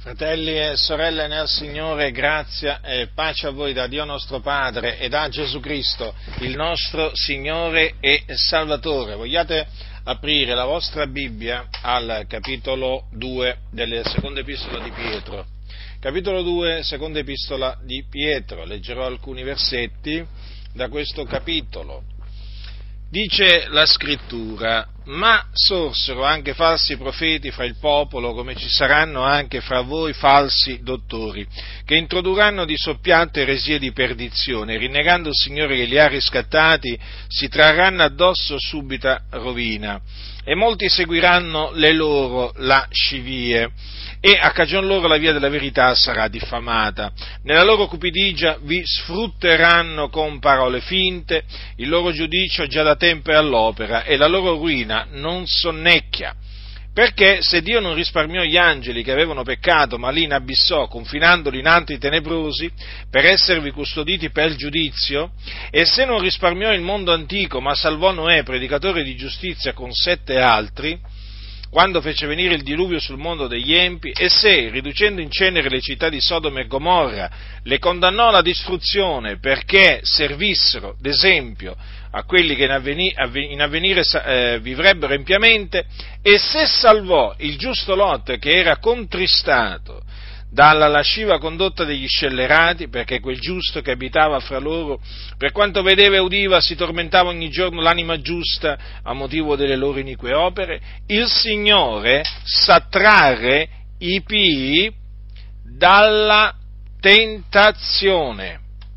Fratelli e sorelle nel Signore, grazia e pace a voi da Dio nostro Padre e da Gesù Cristo, il nostro Signore e Salvatore. Vogliate aprire la vostra Bibbia al capitolo 2 della seconda epistola di Pietro. Capitolo 2, seconda epistola di Pietro. Leggerò alcuni versetti da questo capitolo. Dice la Scrittura: ma sorsero anche falsi profeti fra il popolo, come ci saranno anche fra voi falsi dottori, che introdurranno di soppiatto eresie di perdizione, rinnegando il Signore che li ha riscattati, si trarranno addosso subita rovina. E molti seguiranno le loro lascivie, e a cagion loro la via della verità sarà diffamata. Nella loro cupidigia vi sfrutteranno con parole finte, il loro giudizio già da tempo è all'opera, e la loro ruina non sonnecchia. Perché se Dio non risparmiò gli angeli che avevano peccato, ma li inabissò, confinandoli in antri tenebrosi, per esservi custoditi per il giudizio, e se non risparmiò il mondo antico, ma salvò Noè, predicatore di giustizia, con 7 altri, quando fece venire il diluvio sul mondo degli empi, e se, riducendo in cenere le città di Sodoma e Gomorra, le condannò alla distruzione perché servissero d'esempio a quelli che in avvenire vivrebbero empiamente, e se salvò il giusto Lot, che era contristato dalla lasciva condotta degli scellerati, perché quel giusto che abitava fra loro, per quanto vedeva e udiva, si tormentava ogni giorno l'anima giusta a motivo delle loro inique opere, il Signore sa trarre i pii dalla tentazione.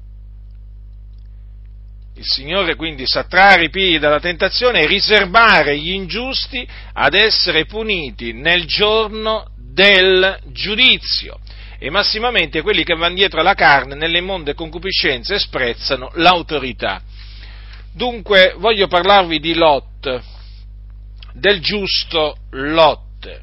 Il Signore quindi sa trarre i pii dalla tentazione e riservare gli ingiusti ad essere puniti nel giorno del giudizio, e massimamente quelli che vanno dietro alla carne nelle immonde concupiscenze e sprezzano l'autorità. Dunque voglio parlarvi di Lot, del giusto Lot.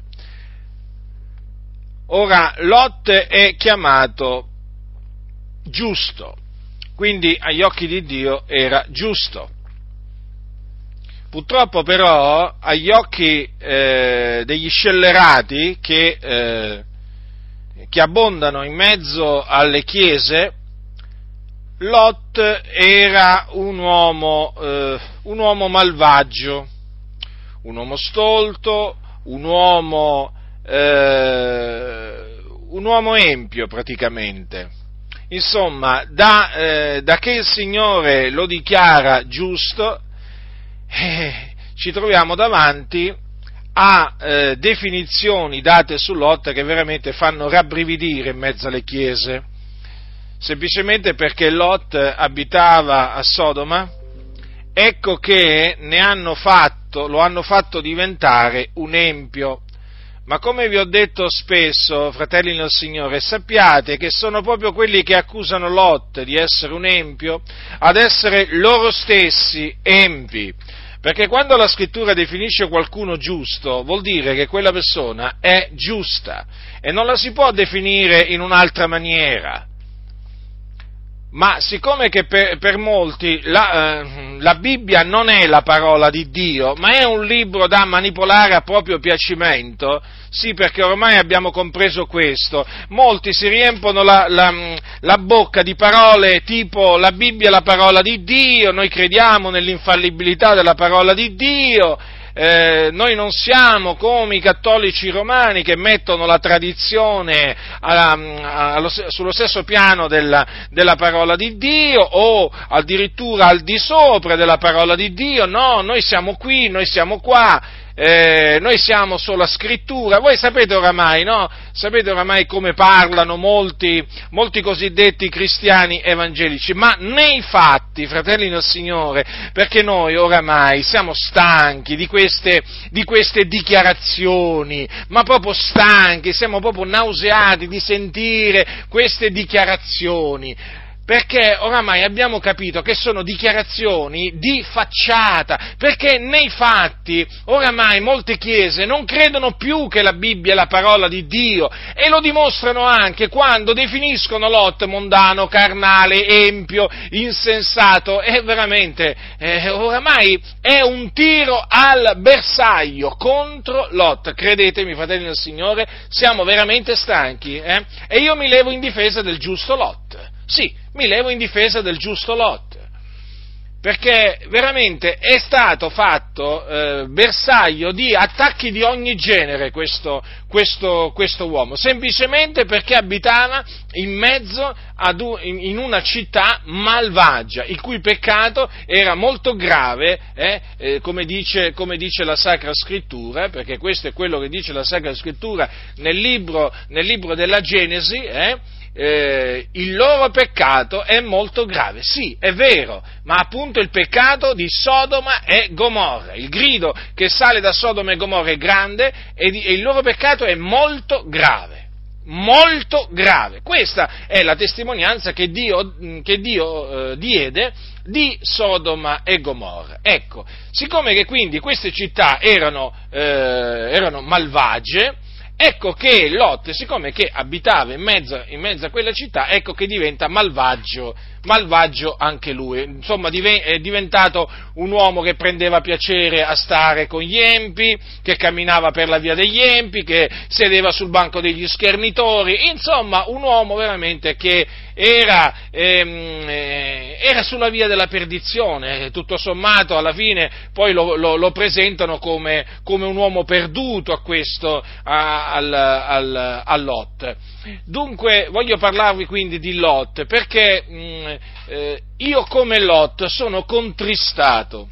Ora, Lot è chiamato giusto, quindi agli occhi di Dio era giusto. Purtroppo però agli occhi degli scellerati che abbondano in mezzo alle chiese, Lot era un uomo malvagio, un uomo stolto, un uomo empio praticamente. Insomma, da che il Signore lo dichiara giusto, ci troviamo davanti a definizioni date su Lot che veramente fanno rabbrividire in mezzo alle chiese, semplicemente perché Lot abitava a Sodoma. Ecco che lo hanno fatto diventare un empio. Ma come vi ho detto spesso, fratelli nel Signore, sappiate che sono proprio quelli che accusano Lot di essere un empio ad essere loro stessi empi. Perché quando la Scrittura definisce qualcuno giusto, vuol dire che quella persona è giusta e non la si può definire in un'altra maniera. Ma siccome che per molti la Bibbia non è la parola di Dio, ma è un libro da manipolare a proprio piacimento, sì, perché ormai abbiamo compreso questo, molti si riempono la bocca di parole tipo la Bibbia è la parola di Dio, noi crediamo nell'infallibilità della parola di Dio, noi non siamo come i cattolici romani che mettono la tradizione sullo stesso piano della parola di Dio o addirittura al di sopra della parola di Dio. No, noi siamo qui, noi siamo qua, noi siamo sola scrittura. Voi sapete oramai, no? Sapete oramai come parlano molti cosiddetti cristiani evangelici, ma nei fatti, fratelli del Signore, perché noi oramai siamo stanchi di queste dichiarazioni, ma proprio stanchi, siamo proprio nauseati di sentire queste dichiarazioni. Perché oramai abbiamo capito che sono dichiarazioni di facciata, perché nei fatti oramai molte chiese non credono più che la Bibbia è la parola di Dio, e lo dimostrano anche quando definiscono Lot mondano, carnale, empio, insensato, e veramente oramai è un tiro al bersaglio contro Lot. Credetemi, fratelli del Signore, siamo veramente stanchi, e io mi levo in difesa del giusto Lot. Sì, mi levo in difesa del giusto Lot, perché veramente è stato fatto bersaglio di attacchi di ogni genere questo uomo, semplicemente perché abitava in mezzo in una città malvagia, il cui peccato era molto grave, come dice la Sacra Scrittura, perché questo è quello che dice la Sacra Scrittura nel libro della Genesi, il loro peccato è molto grave. Sì, è vero, ma appunto il peccato di Sodoma e Gomorra, il grido che sale da Sodoma e Gomorra è grande, e il loro peccato è molto grave. Molto grave. Questa è la testimonianza che Dio diede di Sodoma e Gomorra. Ecco, siccome che quindi queste città erano malvagie, ecco che Lot, siccome che abitava in mezzo a quella città, ecco che diventa malvagio anche lui. Insomma, è diventato un uomo che prendeva piacere a stare con gli empi, che camminava per la via degli empi, che sedeva sul banco degli schernitori, insomma, un uomo veramente che era sulla via della perdizione. Tutto sommato, alla fine, poi lo presentano come un uomo perduto a Lot. Dunque, voglio parlarvi quindi di Lot, perché io come Lot sono contristato,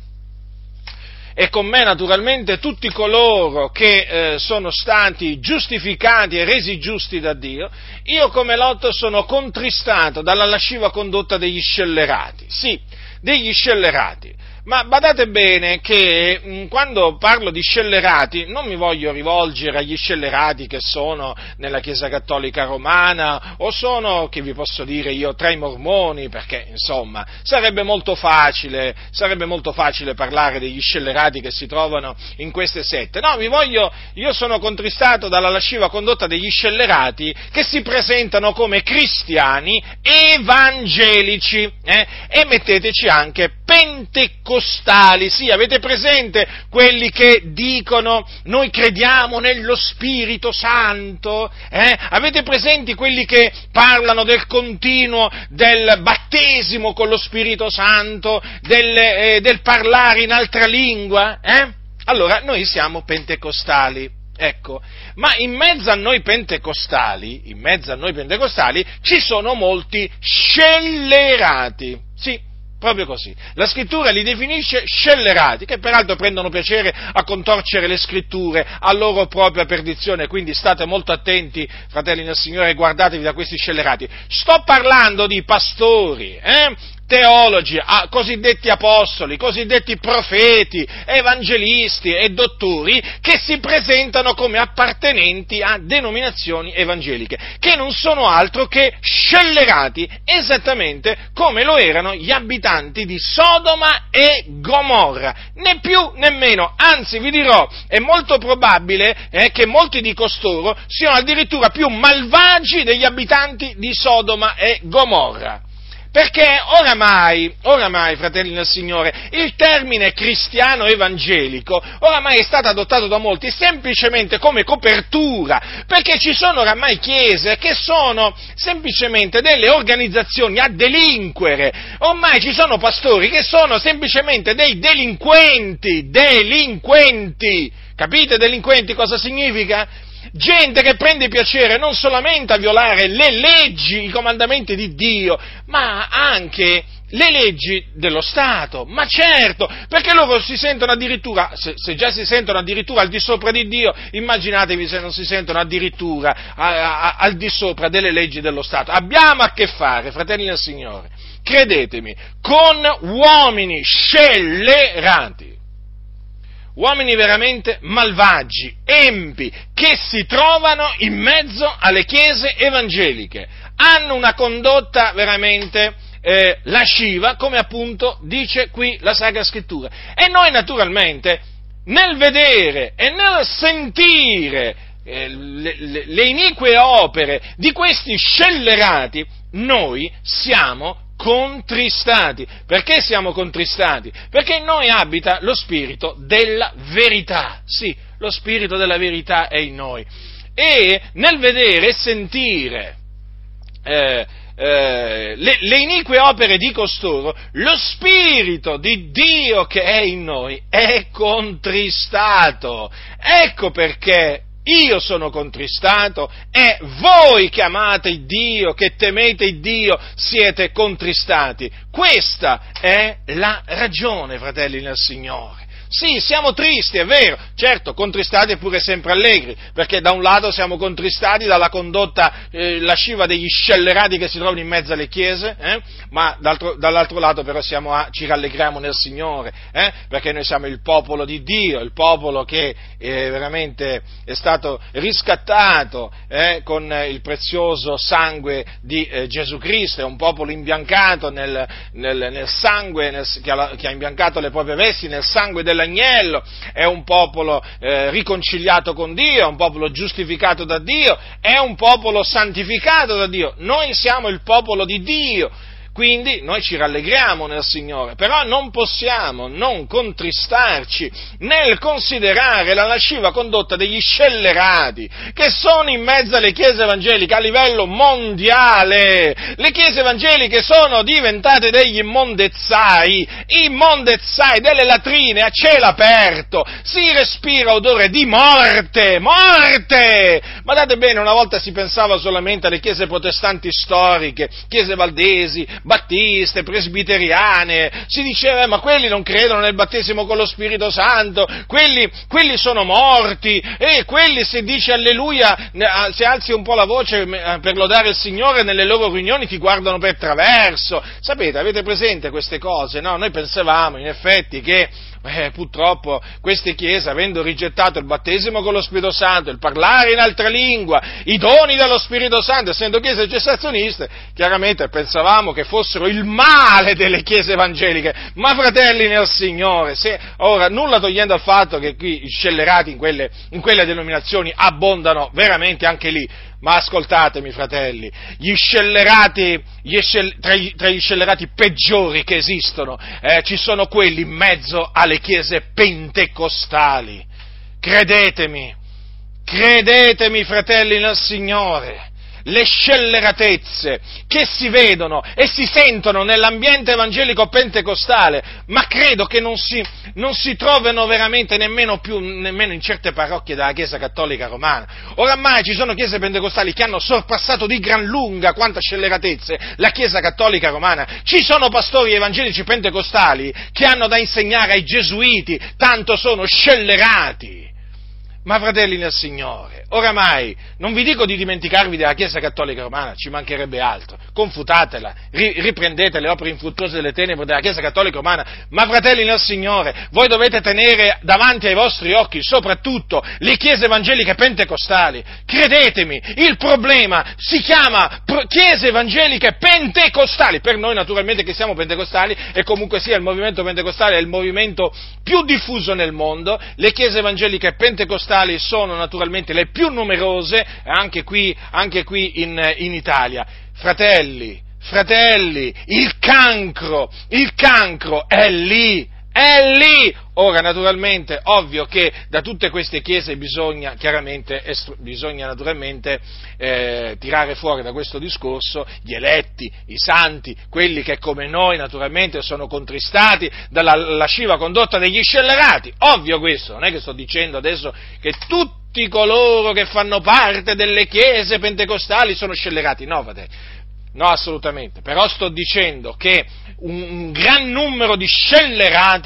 e con me naturalmente tutti coloro che sono stati giustificati e resi giusti da Dio. Io come Lot sono contristato dalla lasciva condotta degli scellerati, sì, degli scellerati. Ma badate bene che quando parlo di scellerati non mi voglio rivolgere agli scellerati che sono nella Chiesa Cattolica Romana, o sono, che vi posso dire io, tra i mormoni, perché insomma sarebbe molto facile parlare degli scellerati che si trovano in queste sette. No, io sono contristato dalla lasciva condotta degli scellerati che si presentano come cristiani evangelici, e metteteci anche pentecostali. Sì, avete presente quelli che dicono noi crediamo nello Spirito Santo? Avete presenti quelli che parlano del continuo del battesimo con lo Spirito Santo, del parlare in altra lingua? Allora, noi siamo pentecostali. Ecco, ma in mezzo a noi pentecostali ci sono molti scellerati. Sì, proprio così. La Scrittura li definisce scellerati, che peraltro prendono piacere a contorcere le Scritture a loro propria perdizione, quindi state molto attenti, fratelli nel Signore, e guardatevi da questi scellerati. Sto parlando di pastori, teologi, cosiddetti apostoli, cosiddetti profeti, evangelisti e dottori, che si presentano come appartenenti a denominazioni evangeliche, che non sono altro che scellerati, esattamente come lo erano gli abitanti di Sodoma e Gomorra, né più né meno. Anzi, vi dirò, è molto probabile che molti di costoro siano addirittura più malvagi degli abitanti di Sodoma e Gomorra. Perché oramai, fratelli del Signore, il termine cristiano evangelico oramai è stato adottato da molti semplicemente come copertura, perché ci sono oramai chiese che sono semplicemente delle organizzazioni a delinquere. Ormai ci sono pastori che sono semplicemente dei delinquenti. Capite delinquenti cosa significa? Gente che prende piacere non solamente a violare le leggi, i comandamenti di Dio, ma anche le leggi dello Stato. Ma certo, perché loro si sentono addirittura, se già si sentono addirittura al di sopra di Dio, immaginatevi se non si sentono addirittura al di sopra delle leggi dello Stato. Abbiamo a che fare, fratelli del Signore, credetemi, con uomini scellerati. Uomini veramente malvagi, empi, che si trovano in mezzo alle chiese evangeliche, hanno una condotta veramente lasciva, come appunto dice qui la Sacra Scrittura. E noi naturalmente, nel vedere e nel sentire le inique opere di questi scellerati, noi siamo contristati. Perché siamo contristati? Perché in noi abita lo spirito della verità. Sì, lo spirito della verità è in noi. E nel vedere e sentire le inique opere di costoro, lo spirito di Dio che è in noi è contristato. Ecco perché io sono contristato e voi che amate Dio, che temete Dio, siete contristati. Questa è la ragione, fratelli nel Signore. Sì, siamo tristi, è vero, certo, contristati e pure sempre allegri, perché da un lato siamo contristati dalla condotta lasciva degli scellerati che si trovano in mezzo alle chiese, ma dall'altro lato però ci rallegriamo nel Signore, perché noi siamo il popolo di Dio, il popolo che veramente è stato riscattato con il prezioso sangue di Gesù Cristo, è un popolo imbiancato nel sangue, che ha imbiancato le proprie vesti nel sangue dell'agnello, è un popolo riconciliato con Dio, è un popolo giustificato da Dio, è un popolo santificato da Dio. Noi siamo il popolo di Dio. Quindi noi ci rallegriamo nel Signore, però non possiamo non contristarci nel considerare la lasciva condotta degli scellerati che sono in mezzo alle chiese evangeliche a livello mondiale. Le chiese evangeliche sono diventate degli immondezzai delle latrine a cielo aperto, si respira odore di morte! Guardate bene, una volta si pensava solamente alle chiese protestanti storiche, chiese valdesi, battiste, presbiteriane, si diceva ma quelli non credono nel battesimo con lo Spirito Santo, quelli sono morti, e quelli se dici alleluia, se alzi un po' la voce per lodare il Signore nelle loro riunioni ti guardano per traverso. Sapete, avete presente queste cose? No? Noi pensavamo in effetti che purtroppo queste chiese, avendo rigettato il battesimo con lo Spirito Santo, il parlare in altra lingua, i doni dello Spirito Santo, essendo chiese cessazioniste, chiaramente pensavamo che fossero il male delle chiese evangeliche. Ma fratelli nel Signore, ora nulla togliendo al fatto che qui i scellerati in quelle denominazioni abbondano veramente anche lì, ma ascoltatemi fratelli, tra gli scellerati peggiori che esistono, ci sono quelli in mezzo alle chiese pentecostali. Credetemi fratelli nel Signore, le scelleratezze che si vedono e si sentono nell'ambiente evangelico pentecostale, ma credo che non si trovino veramente nemmeno in certe parrocchie della Chiesa Cattolica Romana. Oramai ci sono chiese pentecostali che hanno sorpassato di gran lunga quanta scelleratezze la Chiesa Cattolica Romana. Ci sono pastori evangelici pentecostali che hanno da insegnare ai gesuiti, tanto sono scellerati. Ma fratelli nel Signore, oramai non vi dico di dimenticarvi della Chiesa Cattolica Romana, ci mancherebbe altro, confutatela, riprendete le opere infruttuose delle tenebre della Chiesa Cattolica Romana, ma fratelli nel Signore, voi dovete tenere davanti ai vostri occhi soprattutto le chiese evangeliche pentecostali. Credetemi, il problema si chiama chiese evangeliche pentecostali, per noi naturalmente che siamo pentecostali, e comunque sia il movimento pentecostale è il movimento più diffuso nel mondo. Le chiese evangeliche pentecostali sono naturalmente le più numerose anche qui in Italia. Fratelli, il cancro è lì. Ora, naturalmente, ovvio che da tutte queste chiese bisogna naturalmente tirare fuori da questo discorso gli eletti, i santi, quelli che come noi naturalmente sono contristati dalla lasciva condotta degli scellerati. Ovvio questo, non è che sto dicendo adesso che tutti coloro che fanno parte delle chiese pentecostali sono scellerati, no, fratelli. No, assolutamente, però sto dicendo che un gran numero di scellerati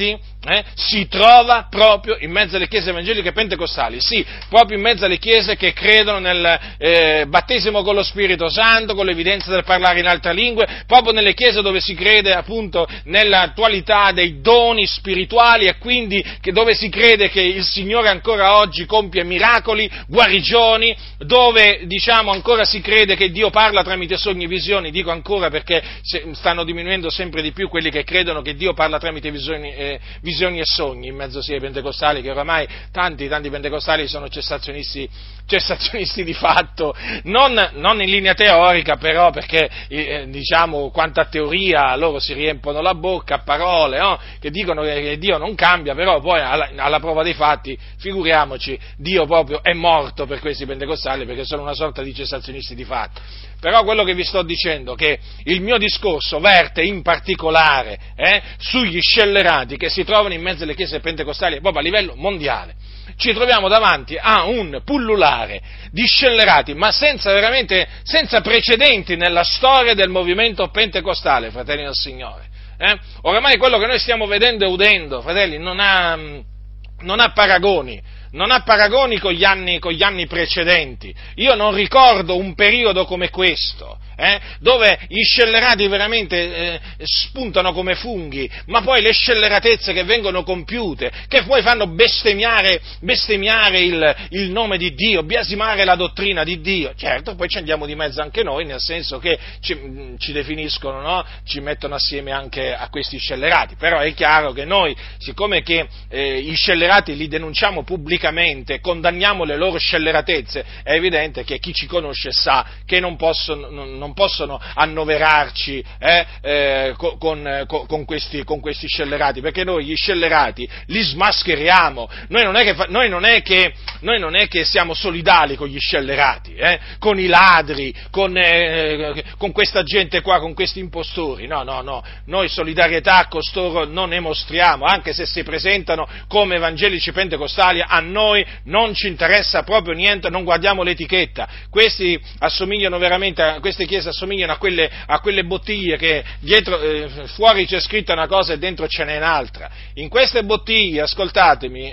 si trova proprio in mezzo alle chiese evangeliche pentecostali, sì, proprio in mezzo alle chiese che credono nel battesimo con lo Spirito Santo, con l'evidenza del parlare in altre lingue, proprio nelle chiese dove si crede appunto nell'attualità dei doni spirituali e quindi dove si crede che il Signore ancora oggi compie miracoli, guarigioni, dove ancora si crede che Dio parla tramite sogni e visioni. Dico ancora perché stanno diminuendo sempre di più quelli che credono che Dio parla tramite visioni e sogni in mezzo sia ai pentecostali, che oramai tanti pentecostali sono cessazionisti di fatto, non in linea teorica però, perché quanto a teoria loro si riempono la bocca a parole, no? Che dicono che Dio non cambia, però poi alla prova dei fatti, figuriamoci, Dio proprio è morto per questi pentecostali, perché sono una sorta di cessazionisti di fatto. Però quello che vi sto dicendo, che il mio discorso verte in particolare sugli scellerati che si trovano in mezzo alle chiese pentecostali proprio a livello mondiale. Ci troviamo davanti a un pullulare di scellerati, ma senza precedenti nella storia del movimento pentecostale, fratelli del Signore. Oramai quello che noi stiamo vedendo e udendo, fratelli, non ha paragoni. Non ha paragoni con gli anni precedenti. Io non ricordo un periodo come questo, dove gli scellerati veramente spuntano come funghi, ma poi le scelleratezze che vengono compiute, che poi fanno bestemmiare il nome di Dio, biasimare la dottrina di Dio. Certo, poi ci andiamo di mezzo anche noi, nel senso che ci definiscono, no? Ci mettono assieme anche a questi scellerati, però è chiaro che noi, siccome che i scellerati li denunciamo pubblicamente, condanniamo le loro scelleratezze, è evidente che chi ci conosce sa che non possono annoverarci con questi scellerati, perché noi gli scellerati li smascheriamo. Noi non è che siamo solidali con gli scellerati, con i ladri, con questa gente qua, con questi impostori, no, noi solidarietà a costoro non ne mostriamo, anche se si presentano come evangelici pentecostali. A noi non ci interessa proprio niente, non guardiamo l'etichetta. Queste chiese assomigliano a quelle bottiglie che dietro, fuori c'è scritta una cosa e dentro ce n'è un'altra. In queste bottiglie, ascoltatemi,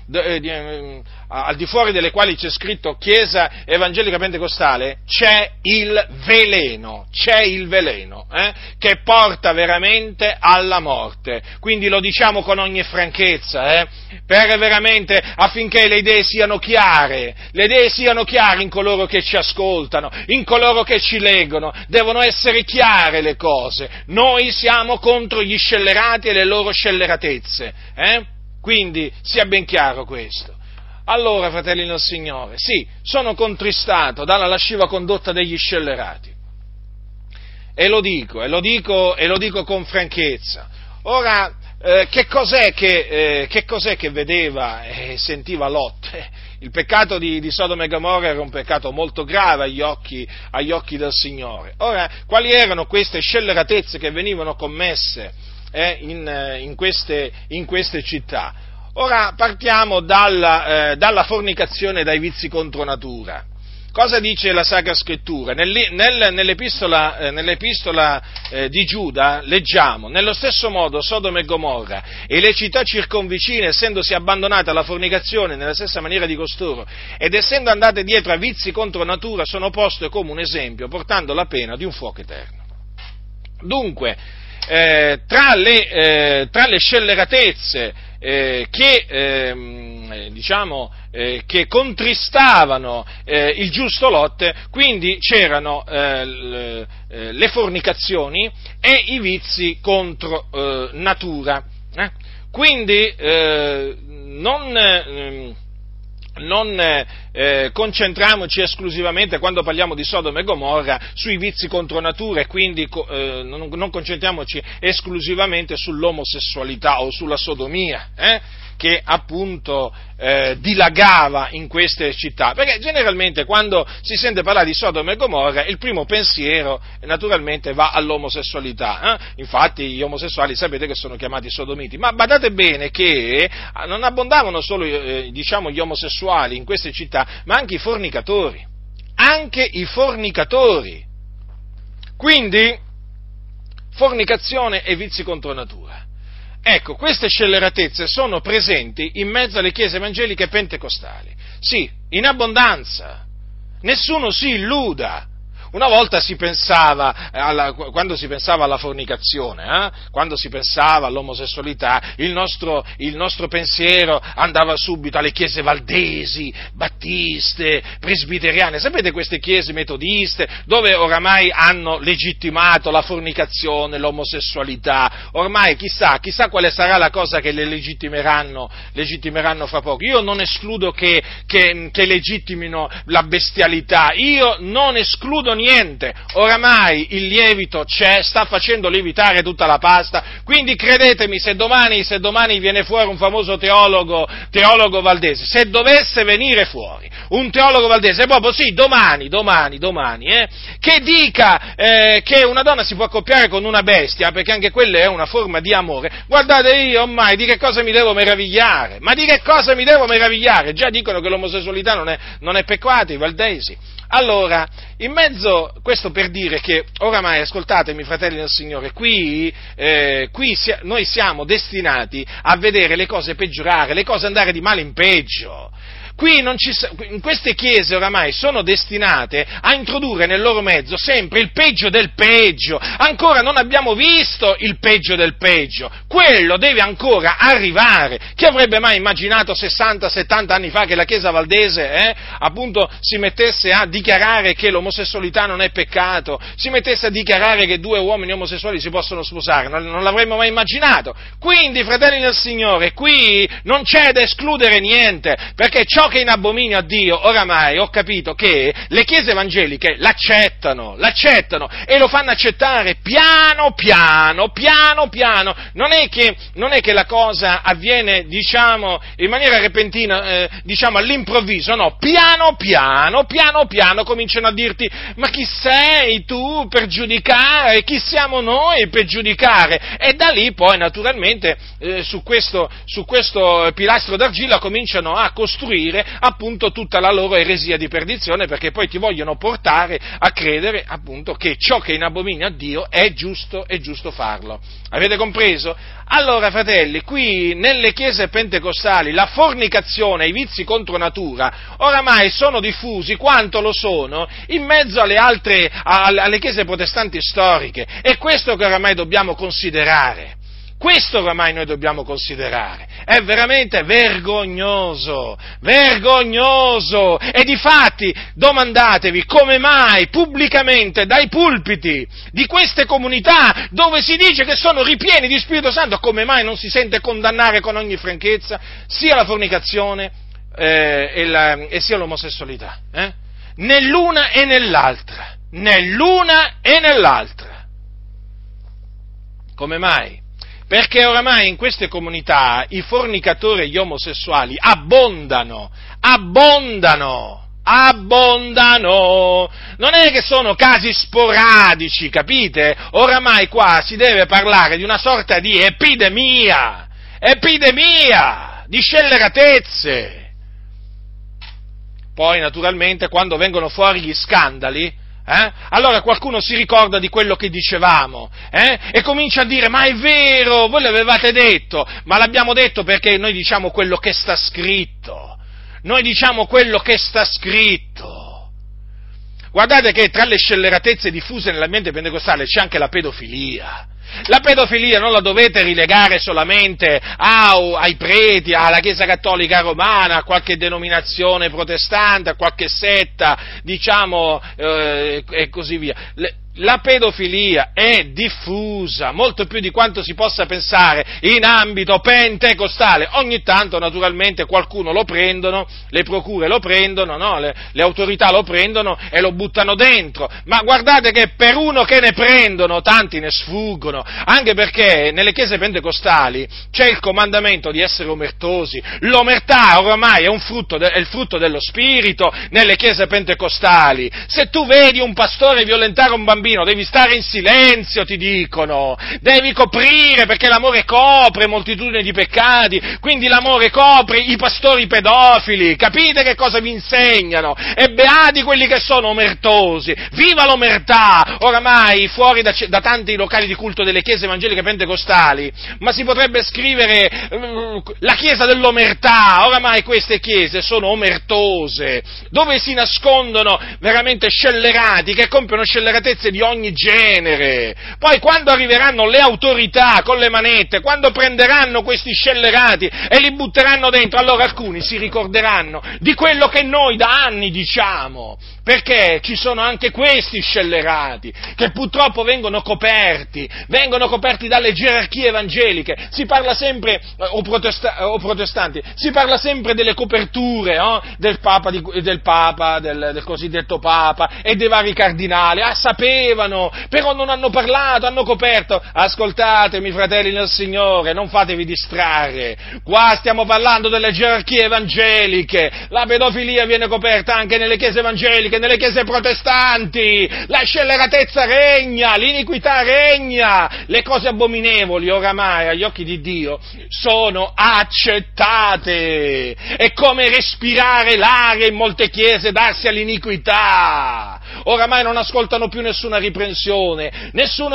al di fuori delle quali c'è scritto Chiesa Evangelica Pentecostale, c'è il veleno che porta veramente alla morte. Quindi lo diciamo con ogni franchezza, per veramente affinché le idee siano chiare in coloro che ci ascoltano, in coloro che ci leggono, devono essere chiare le cose. Noi siamo contro gli scellerati e le loro scelleratezze, quindi sia ben chiaro questo. Allora, fratelli del Signore, sì, sono contristato dalla lasciva condotta degli scellerati, e lo dico con franchezza. Ora, che cos'è che vedeva e sentiva Lot? Il peccato di Sodoma e Gomorra era un peccato molto grave agli occhi del Signore. Ora, quali erano queste scelleratezze che venivano commesse in queste città? Ora partiamo dalla fornicazione e dai vizi contro natura. Cosa dice la Sacra Scrittura? Nell'epistola di Giuda leggiamo: nello stesso modo Sodoma e Gomorra e le città circonvicine, essendosi abbandonate alla fornicazione nella stessa maniera di costoro, ed essendo andate dietro a vizi contro natura, sono poste come un esempio, portando la pena di un fuoco eterno. Dunque, tra le scelleratezze che contristavano il giusto Lot, quindi c'erano le fornicazioni e i vizi contro natura. Quindi non concentriamoci esclusivamente, quando parliamo di Sodoma e Gomorra, sui vizi contro natura, e quindi non concentriamoci esclusivamente sull'omosessualità o sulla sodomia, che appunto dilagava in queste città, perché generalmente quando si sente parlare di Sodoma e Gomorra il primo pensiero naturalmente va all'omosessualità, infatti gli omosessuali sapete che sono chiamati sodomiti, ma badate bene che non abbondavano solo gli omosessuali in queste città, ma anche i fornicatori, quindi fornicazione e vizi contro natura. Ecco, queste scelleratezze sono presenti in mezzo alle chiese evangeliche pentecostali. Sì, in abbondanza. Nessuno si illuda. Una volta si pensava, quando si pensava alla fornicazione, quando si pensava all'omosessualità, il nostro pensiero andava subito alle chiese valdesi, battiste, presbiteriane. Sapete queste chiese metodiste, dove oramai hanno legittimato la fornicazione, l'omosessualità? Ormai chissà quale sarà la cosa che le legittimeranno fra poco. Io non escludo che legittimino la bestialità, io non escludo niente, oramai il lievito sta facendo lievitare tutta la pasta, quindi credetemi, se domani viene fuori un famoso teologo valdese, se dovesse venire fuori un teologo valdese, proprio sì, domani, che dica che una donna si può accoppiare con una bestia, perché anche quella è una forma di amore, guardate, io ormai di che cosa mi devo meravigliare? Ma di che cosa mi devo meravigliare? Già dicono che l'omosessualità non è peccato, i valdesi. Allora, in mezzo, questo per dire che oramai, ascoltatemi fratelli del Signore, qui noi siamo destinati a vedere le cose peggiorare, le cose andare di male in peggio. In queste chiese oramai sono destinate a introdurre nel loro mezzo sempre il peggio del peggio. Ancora non abbiamo visto il peggio del peggio. Quello deve ancora arrivare. Chi avrebbe mai immaginato 60-70 anni fa che la Chiesa valdese, appunto, si mettesse a dichiarare che l'omosessualità non è peccato, si mettesse a dichiarare che due uomini omosessuali si possono sposare? Non l'avremmo mai immaginato. Quindi, fratelli del Signore, qui non c'è da escludere niente, perché ciò che è in abominio a Dio, oramai ho capito che le chiese evangeliche l'accettano e lo fanno accettare piano piano. Non è che la cosa avviene, diciamo, in maniera repentina, diciamo all'improvviso, no, piano piano cominciano a dirti: ma chi sei tu per giudicare? Chi siamo noi per giudicare? E da lì poi naturalmente su questo pilastro d'argilla cominciano a costruire appunto tutta la loro eresia di perdizione, perché poi ti vogliono portare a credere appunto che ciò che è in abominio a Dio è giusto farlo. Avete compreso? Allora, fratelli, qui nelle chiese pentecostali la fornicazione e i vizi contro natura oramai sono diffusi quanto lo sono in mezzo alle chiese protestanti storiche. È questo che oramai dobbiamo considerare. Questo oramai noi dobbiamo considerare, è veramente vergognoso, e difatti domandatevi come mai pubblicamente dai pulpiti di queste comunità dove si dice che sono ripieni di Spirito Santo, come mai non si sente condannare con ogni franchezza sia la fornicazione e sia l'omosessualità, né l'una e nell'altra, come mai? Perché oramai in queste comunità i fornicatori e gli omosessuali abbondano, non è che sono casi sporadici, capite? Oramai qua si deve parlare di una sorta di epidemia, di scelleratezze. Poi naturalmente quando vengono fuori gli scandali, allora qualcuno si ricorda di quello che dicevamo, e comincia a dire: ma è vero, voi l'avevate detto, ma l'abbiamo detto perché noi diciamo quello che sta scritto. Guardate che tra le scelleratezze diffuse nell'ambiente pentecostale c'è anche la pedofilia. La pedofilia non la dovete rilegare solamente ai preti, alla Chiesa Cattolica Romana, a qualche denominazione protestante, a qualche setta, diciamo, e così via. La pedofilia è diffusa, molto più di quanto si possa pensare, in ambito pentecostale. Ogni tanto, naturalmente, qualcuno lo prendono, le procure lo prendono, no? Le autorità lo prendono e lo buttano dentro. Ma guardate che per uno che ne prendono, tanti ne sfuggono, anche perché nelle chiese pentecostali c'è il comandamento di essere omertosi. L'omertà oramai è il frutto dello Spirito nelle chiese pentecostali. Se tu vedi un pastore violentare un bambino bambino devi stare in silenzio, ti dicono, devi coprire, perché l'amore copre moltitudine di peccati, quindi l'amore copre i pastori pedofili, capite che cosa vi insegnano? E beati quelli che sono omertosi, viva l'omertà! Oramai fuori da tanti locali di culto delle chiese evangeliche pentecostali, ma si potrebbe scrivere la chiesa dell'omertà. Oramai queste chiese sono omertose, dove si nascondono veramente scellerati che compiono scelleratezze di ogni genere. Poi quando arriveranno le autorità con le manette, quando prenderanno questi scellerati e li butteranno dentro, allora alcuni si ricorderanno di quello che noi da anni diciamo, perché ci sono anche questi scellerati che purtroppo vengono coperti dalle gerarchie evangeliche. Si parla sempre, o protestanti, si parla sempre delle coperture, del cosiddetto Papa e dei vari cardinali. Sapevano, però non hanno parlato, hanno coperto. Ascoltatemi, fratelli nel Signore, non fatevi distrarre. Qua stiamo parlando delle gerarchie evangeliche. La pedofilia viene coperta anche nelle chiese evangeliche, nelle chiese protestanti. La scelleratezza regna, l'iniquità regna. Le cose abominevoli oramai agli occhi di Dio sono accettate. È come respirare l'aria in molte chiese, darsi all'iniquità. Oramai non ascoltano più nessuna riprensione,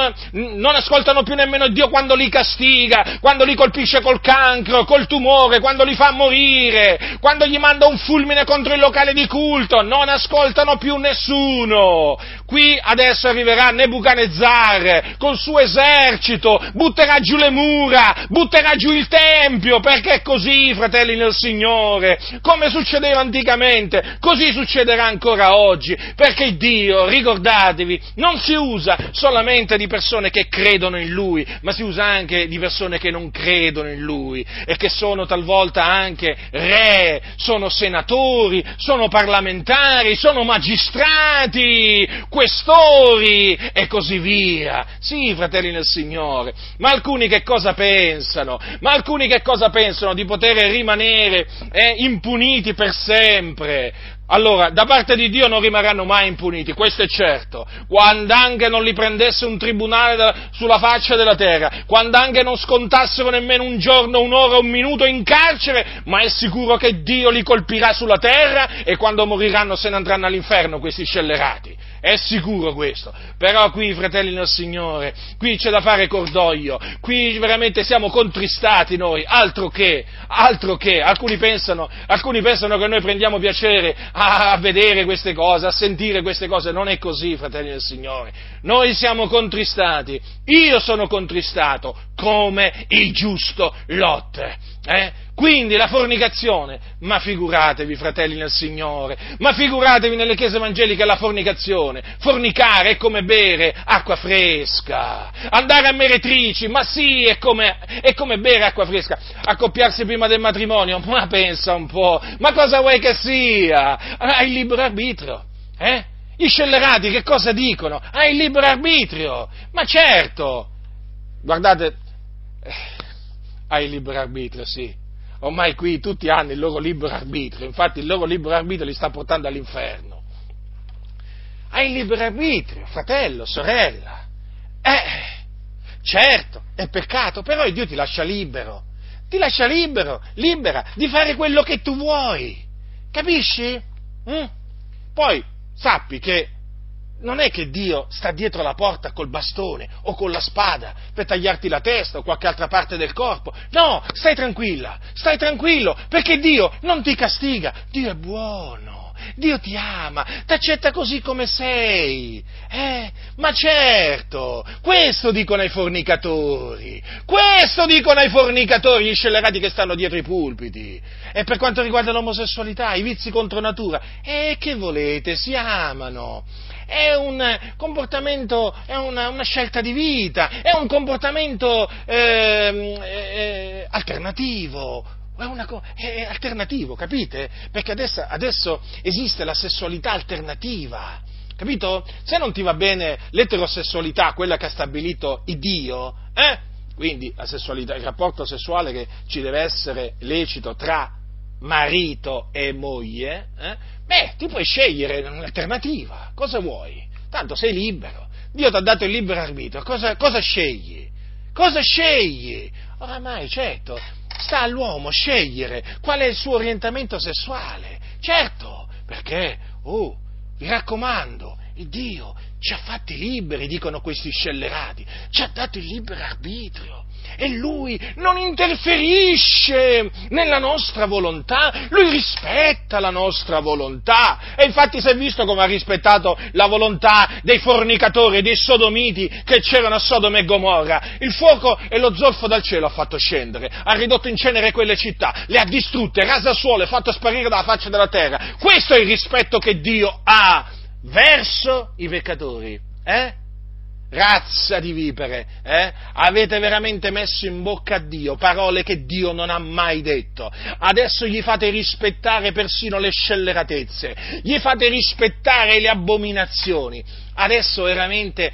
non ascoltano più nemmeno Dio quando li castiga, quando li colpisce col cancro, col tumore, quando li fa morire, quando gli manda un fulmine contro il locale di culto, non ascoltano più nessuno. Qui adesso arriverà Nebuchadnezzar col suo esercito, butterà giù le mura, butterà giù il Tempio, perché è così, fratelli nel Signore, come succedeva anticamente, così succederà ancora oggi, perché Dio, ricordatevi, non si usa solamente di persone che credono in Lui, ma si usa anche di persone che non credono in Lui e che sono talvolta anche re, sono senatori, sono parlamentari, sono magistrati, questori e così via. Sì, fratelli nel Signore, ma alcuni che cosa pensano? Ma alcuni che cosa pensano? Di poter rimanere impuniti per sempre? Allora, da parte di Dio non rimarranno mai impuniti, questo è certo, quando anche non li prendesse un tribunale sulla faccia della terra, quando anche non scontassero nemmeno un giorno, un'ora, un minuto in carcere, ma è sicuro che Dio li colpirà sulla terra e quando moriranno se ne andranno all'inferno questi scellerati. È sicuro questo, però qui, fratelli nel Signore, qui c'è da fare cordoglio, qui veramente siamo contristati noi, altro che, alcuni pensano che noi prendiamo piacere a vedere queste cose, a sentire queste cose, non è così, fratelli del Signore, noi siamo contristati, io sono contristato come il giusto Lot, Quindi la fornicazione, ma figuratevi, fratelli nel Signore, ma figuratevi nelle chiese evangeliche la fornicazione, fornicare è come bere acqua fresca, andare a meretrici, ma sì, è come bere acqua fresca, accoppiarsi prima del matrimonio, ma pensa un po', ma cosa vuoi che sia? Hai il libero arbitrio, Gli scellerati che cosa dicono? Hai il libero arbitrio, ma certo, guardate, hai il libero arbitrio, sì. Ormai qui tutti hanno il loro libero arbitrio, infatti il loro libero arbitrio li sta portando all'inferno. Hai il libero arbitrio, fratello, sorella. Certo, è peccato, però Dio ti lascia libera, libera di fare quello che tu vuoi. Capisci? Poi sappi che non è che Dio sta dietro la porta col bastone o con la spada per tagliarti la testa o qualche altra parte del corpo. No, stai tranquillo, perché Dio non ti castiga, Dio è buono, Dio ti ama, ti accetta così come sei. Ma certo, questo dicono ai fornicatori, gli scellerati che stanno dietro i pulpiti. E per quanto riguarda l'omosessualità, i vizi contro natura, che volete, si amano. È un comportamento, è una scelta di vita, è un comportamento alternativo, è alternativo, capite? Perché adesso esiste la sessualità alternativa, capito? Se non ti va bene l'eterosessualità, quella che ha stabilito il Dio, quindi la sessualità, il rapporto sessuale che ci deve essere lecito tra marito e moglie, ti puoi scegliere un'alternativa, cosa vuoi? Tanto sei libero, Dio ti ha dato il libero arbitrio, cosa scegli? Cosa scegli? Oramai, certo, sta all'uomo scegliere qual è il suo orientamento sessuale, certo, perché, vi raccomando, il Dio ci ha fatti liberi, dicono questi scellerati, ci ha dato il libero arbitrio e Lui non interferisce nella nostra volontà, Lui rispetta la nostra volontà e infatti si è visto come ha rispettato la volontà dei fornicatori, dei sodomiti che c'erano a Sodoma e Gomorra. Il fuoco e lo zolfo dal cielo ha fatto scendere, ha ridotto in cenere quelle città, le ha distrutte, rase al suolo e fatto sparire dalla faccia della terra. Questo è il rispetto che Dio ha verso i peccatori, Razza di vipere, avete veramente messo in bocca a Dio parole che Dio non ha mai detto. Adesso gli fate rispettare persino le scelleratezze, gli fate rispettare le abominazioni. Adesso veramente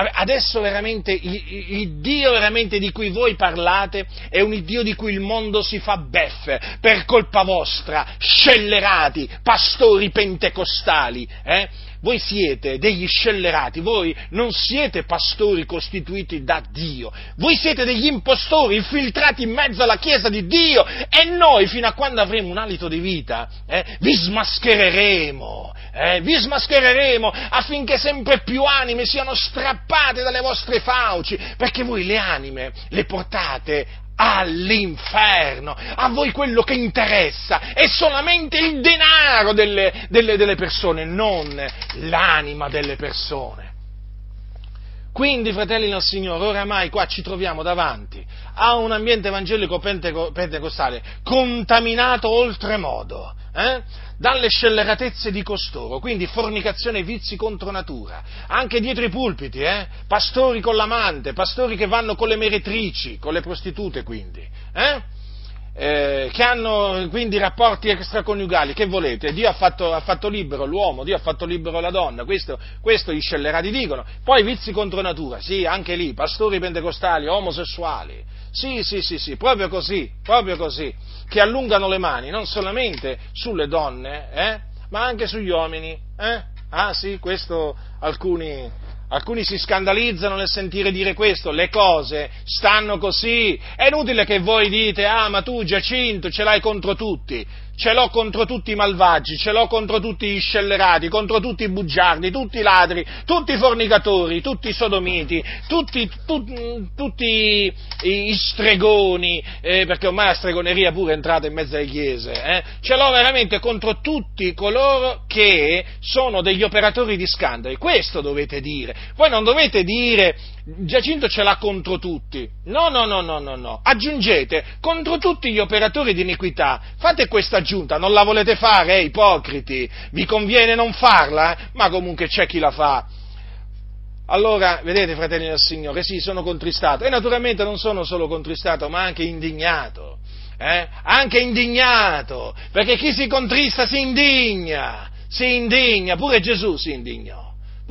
il Dio veramente di cui voi parlate è un Dio di cui il mondo si fa beffe per colpa vostra, scellerati, pastori pentecostali, Voi siete degli scellerati, voi non siete pastori costituiti da Dio, voi siete degli impostori infiltrati in mezzo alla Chiesa di Dio e noi fino a quando avremo un alito di vita vi smaschereremo affinché sempre più anime siano strappate dalle vostre fauci, perché voi le anime le portate all'inferno. A voi quello che interessa è solamente il denaro delle persone, non l'anima delle persone. Quindi, fratelli del Signore, oramai qua ci troviamo davanti a un ambiente evangelico pentecostale contaminato oltremodo, dalle scelleratezze di costoro, quindi fornicazione e vizi contro natura, anche dietro i pulpiti, pastori con l'amante, pastori che vanno con le meretrici, con le prostitute quindi, che hanno quindi rapporti extraconiugali. Che volete? Dio ha fatto libero l'uomo, Dio ha fatto libero la donna, questo gli scellerati dicono. Poi vizi contro natura, sì, anche lì, pastori pentecostali, omosessuali, sì, proprio così, che allungano le mani non solamente sulle donne, ma anche sugli uomini, Ah sì, questo alcuni si scandalizzano nel sentire dire questo, le cose stanno così, è inutile che voi dite, ma tu Giacinto ce l'hai contro tutti, ce l'ho contro tutti i malvagi, ce l'ho contro tutti gli scellerati, contro tutti i bugiardi, tutti i ladri, tutti i fornicatori, tutti i sodomiti, tutti i stregoni, perché ormai la stregoneria pure è entrata in mezzo alle chiese, ce l'ho veramente contro tutti coloro che sono degli operatori di scandali, questo dovete dire. Voi non dovete dire Giacinto ce l'ha contro tutti, no, aggiungete contro tutti gli operatori di iniquità, fate questa aggiunta, non la volete fare, ipocriti, vi conviene non farla, ma comunque c'è chi la fa. Allora, vedete, fratelli del Signore, sì, sono contristato, e naturalmente non sono solo contristato, ma anche indignato, perché chi si contrista si indigna, pure Gesù si indignò.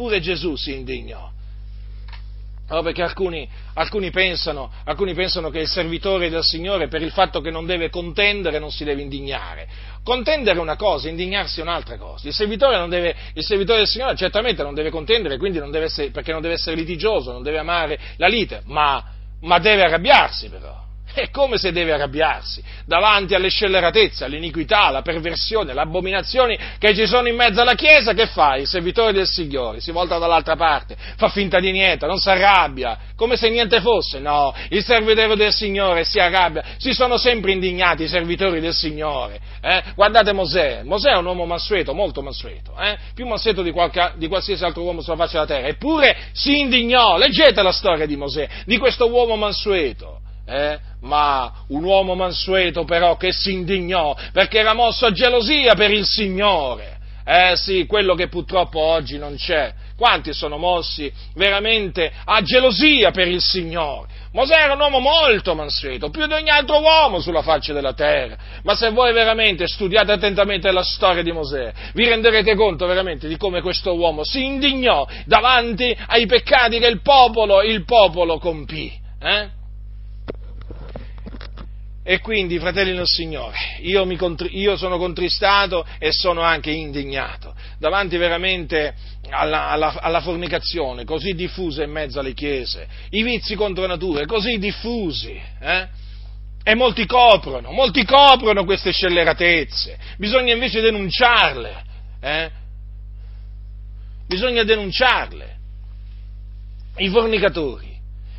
No, perché alcuni pensano che il servitore del Signore, per il fatto che non deve contendere, non si deve indignare. Contendere è una cosa, indignarsi è un'altra cosa. Il servitore del Signore certamente non deve contendere, quindi perché non deve essere litigioso, non deve amare la lite, ma deve arrabbiarsi però. E come se deve arrabbiarsi? Davanti alle scelleratezze, all'iniquità, alla perversione, alle abominazioni che ci sono in mezzo alla Chiesa, che fa? Il servitore del Signore si volta dall'altra parte, fa finta di niente, non si arrabbia, come se niente fosse. No, il servitore del Signore si arrabbia, si sono sempre indignati i servitori del Signore. Guardate Mosè è un uomo mansueto, molto mansueto, più mansueto di qualsiasi altro uomo sulla faccia della terra, eppure si indignò. Leggete la storia di Mosè, di questo uomo mansueto. Ma un uomo mansueto però che si indignò perché era mosso a gelosia per il Signore, sì, quello che purtroppo oggi non c'è. Quanti sono mossi veramente a gelosia per il Signore? Mosè era un uomo molto mansueto, più di ogni altro uomo sulla faccia della terra, ma se voi veramente studiate attentamente la storia di Mosè, vi renderete conto veramente di come questo uomo si indignò davanti ai peccati che il popolo compì, E quindi, fratelli nel Signore, io sono contristato e sono anche indignato davanti veramente alla fornicazione così diffusa in mezzo alle chiese, i vizi contro natura così diffusi, e molti coprono queste scelleratezze. Bisogna invece denunciarle, bisogna denunciarle. I fornicatori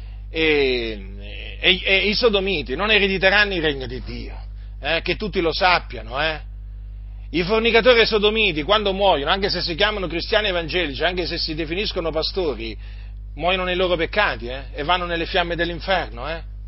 e i sodomiti non erediteranno il regno di Dio, che tutti lo sappiano, I fornicatori e i sodomiti, quando muoiono, anche se si chiamano cristiani evangelici, anche se si definiscono pastori, muoiono nei loro peccati, e vanno nelle fiamme dell'inferno,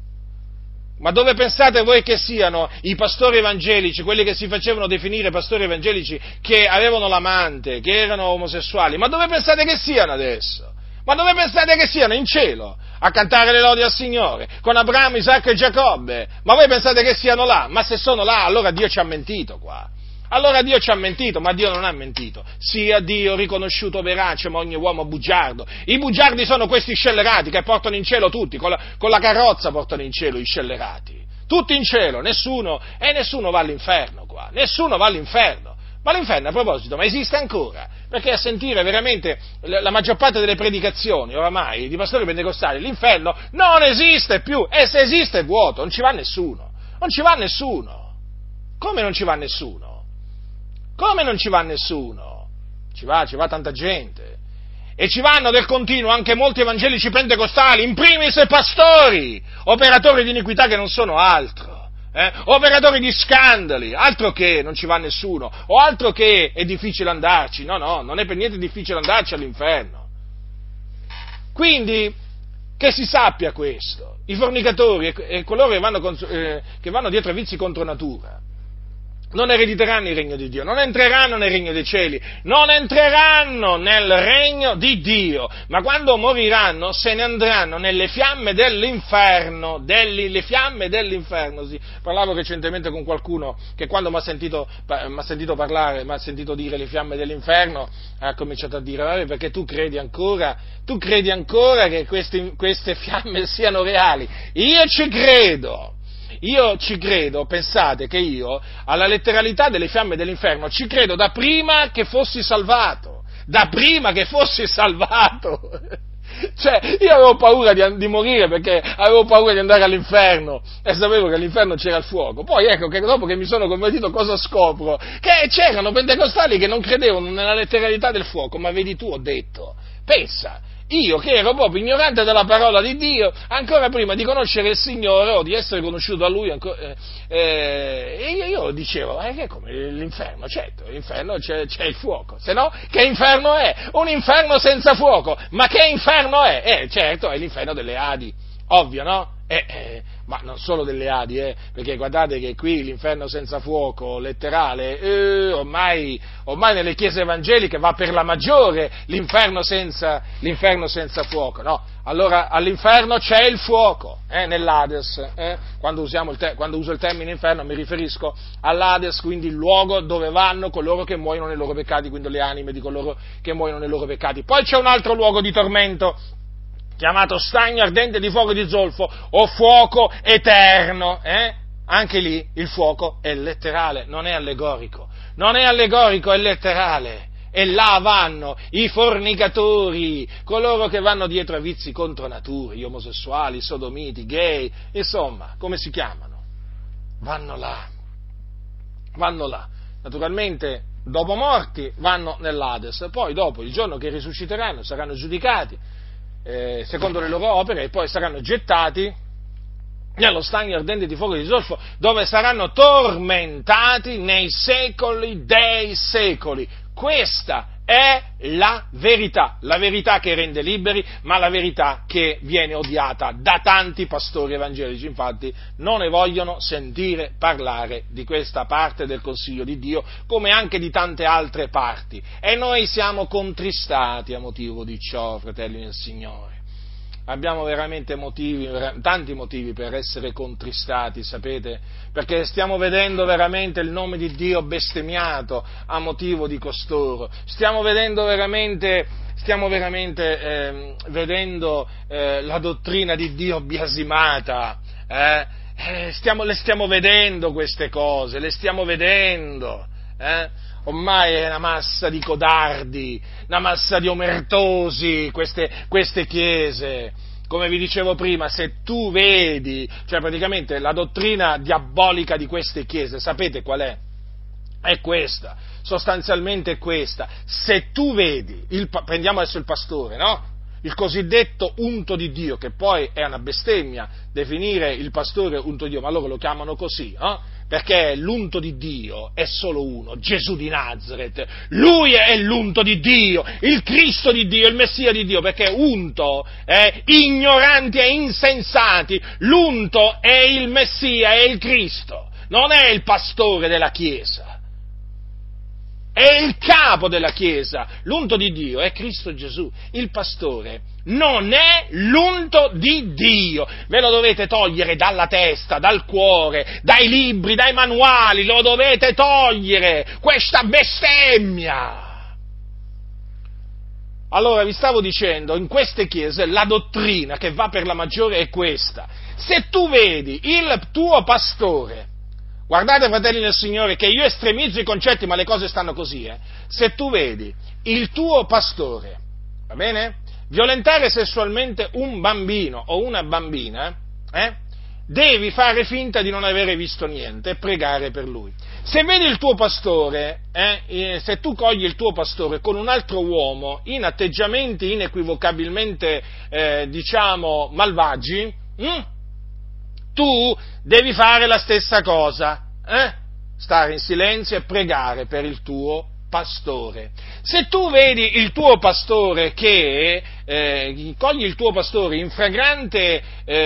Ma dove pensate voi che siano i pastori evangelici, quelli che si facevano definire pastori evangelici, che avevano l'amante, che erano omosessuali? Ma dove pensate che siano adesso? Ma dove pensate che siano? In cielo, a cantare le lodi al Signore, con Abramo, Isacco e Giacobbe? Ma voi pensate che siano là? Ma se sono là, allora Dio ci ha mentito qua. Allora Dio ci ha mentito, ma Dio non ha mentito. Sia Dio riconosciuto verace, ma ogni uomo bugiardo. I bugiardi sono questi scellerati che portano in cielo tutti, con la carrozza portano in cielo i scellerati. Tutti in cielo, nessuno va all'inferno qua, nessuno va all'inferno. Ma l'inferno, a proposito, ma esiste ancora? Perché a sentire veramente la maggior parte delle predicazioni, oramai, di pastori pentecostali, l'inferno non esiste più, e se esiste è vuoto, non ci va nessuno. Non ci va nessuno. Come non ci va nessuno? Come non ci va nessuno? Ci va tanta gente. E ci vanno del continuo anche molti evangelici pentecostali, in primis pastori, operatori di iniquità che non sono altro. Operatori di scandali, altro che non ci va nessuno, o altro che è difficile andarci, no, non è per niente difficile andarci all'inferno. Quindi, che si sappia questo, i fornicatori e coloro che vanno dietro a vizi contro natura, non erediteranno il regno di Dio, non entreranno nel regno dei cieli, non entreranno nel regno di Dio, ma quando moriranno se ne andranno nelle fiamme dell'inferno, le fiamme dell'inferno. Sì. Parlavo recentemente con qualcuno che quando mi ha sentito dire le fiamme dell'inferno, ha cominciato a dire, vabbè, perché tu credi ancora che queste fiamme siano reali? Io ci credo, pensate che io alla letteralità delle fiamme dell'inferno ci credo da prima che fossi salvato. Cioè, io avevo paura di morire perché avevo paura di andare all'inferno e sapevo che all'inferno c'era il fuoco. Poi ecco che dopo che mi sono convertito cosa scopro? Che c'erano pentecostali che non credevano nella letteralità del fuoco, ma vedi tu, ho detto, pensa. Io che ero proprio ignorante della parola di Dio, ancora prima di conoscere il Signore o di essere conosciuto da Lui, e io dicevo, che come l'inferno? Certo, l'inferno c'è il fuoco, se no che inferno è? Un inferno senza fuoco, ma che inferno è? Certo, è l'inferno delle Adi, ovvio, no? Ma non solo delle Adi, perché guardate che qui l'inferno senza fuoco, letterale, ormai nelle chiese evangeliche va per la maggiore l'inferno senza fuoco, no? Allora all'inferno c'è il fuoco, nell'Hades, quando uso il termine inferno mi riferisco all'Hades, quindi il luogo dove vanno coloro che muoiono nei loro peccati, quindi le anime di coloro che muoiono nei loro peccati. Poi c'è un altro luogo di tormento, chiamato stagno ardente di fuoco e di zolfo, o fuoco eterno, Anche lì il fuoco è letterale, non è allegorico, è letterale, e là vanno i fornicatori, coloro che vanno dietro a vizi contro natura, gli omosessuali, i sodomiti, i gay, insomma, come si chiamano? Vanno là, naturalmente dopo morti vanno nell'Hades, poi dopo, il giorno che risusciteranno, saranno giudicati secondo le loro opere e poi saranno gettati nello stagno ardente di fuoco e di zolfo, dove saranno tormentati nei secoli dei secoli. Questa è la verità che rende liberi, ma la verità che viene odiata da tanti pastori evangelici. Infatti non ne vogliono sentire parlare di questa parte del Consiglio di Dio, come anche di tante altre parti. E noi siamo contristati a motivo di ciò, fratelli nel Signore. Abbiamo veramente tanti motivi per essere contristati, sapete? Perché stiamo vedendo veramente il nome di Dio bestemmiato a motivo di costoro. Stiamo veramente vedendo la dottrina di Dio biasimata, le stiamo vedendo queste cose, le stiamo vedendo, Ormai è una massa di codardi, una massa di omertosi, queste chiese. Come vi dicevo prima, se tu vedi, cioè praticamente la dottrina diabolica di queste chiese, sapete qual è? È questa, sostanzialmente è questa. Se tu vedi, prendiamo adesso il pastore, no? Il cosiddetto unto di Dio, che poi è una bestemmia definire il pastore unto di Dio, ma loro lo chiamano così, no? Perché l'unto di Dio è solo uno, Gesù di Nazaret. Lui è l'unto di Dio, il Cristo di Dio, il Messia di Dio, perché unto è ignoranti e insensati. L'unto è il Messia, è il Cristo, non è il pastore della Chiesa. È il capo della Chiesa, l'unto di Dio è Cristo Gesù, il pastore non è l'unto di Dio, ve lo dovete togliere dalla testa, dal cuore, dai libri, dai manuali, lo dovete togliere, questa bestemmia. Allora, vi stavo dicendo, in queste chiese la dottrina che va per la maggiore è questa: se tu vedi il tuo pastore, guardate, fratelli del Signore, che io estremizzo i concetti, ma le cose stanno così, se tu vedi il tuo pastore, va bene, violentare sessualmente un bambino o una bambina, devi fare finta di non avere visto niente e pregare per lui. Se vedi il tuo pastore, se tu cogli il tuo pastore con un altro uomo in atteggiamenti inequivocabilmente, malvagi, tu devi fare la stessa cosa, stare in silenzio e pregare per il tuo pastore. Se tu vedi il tuo pastore che cogli il tuo pastore in fragrante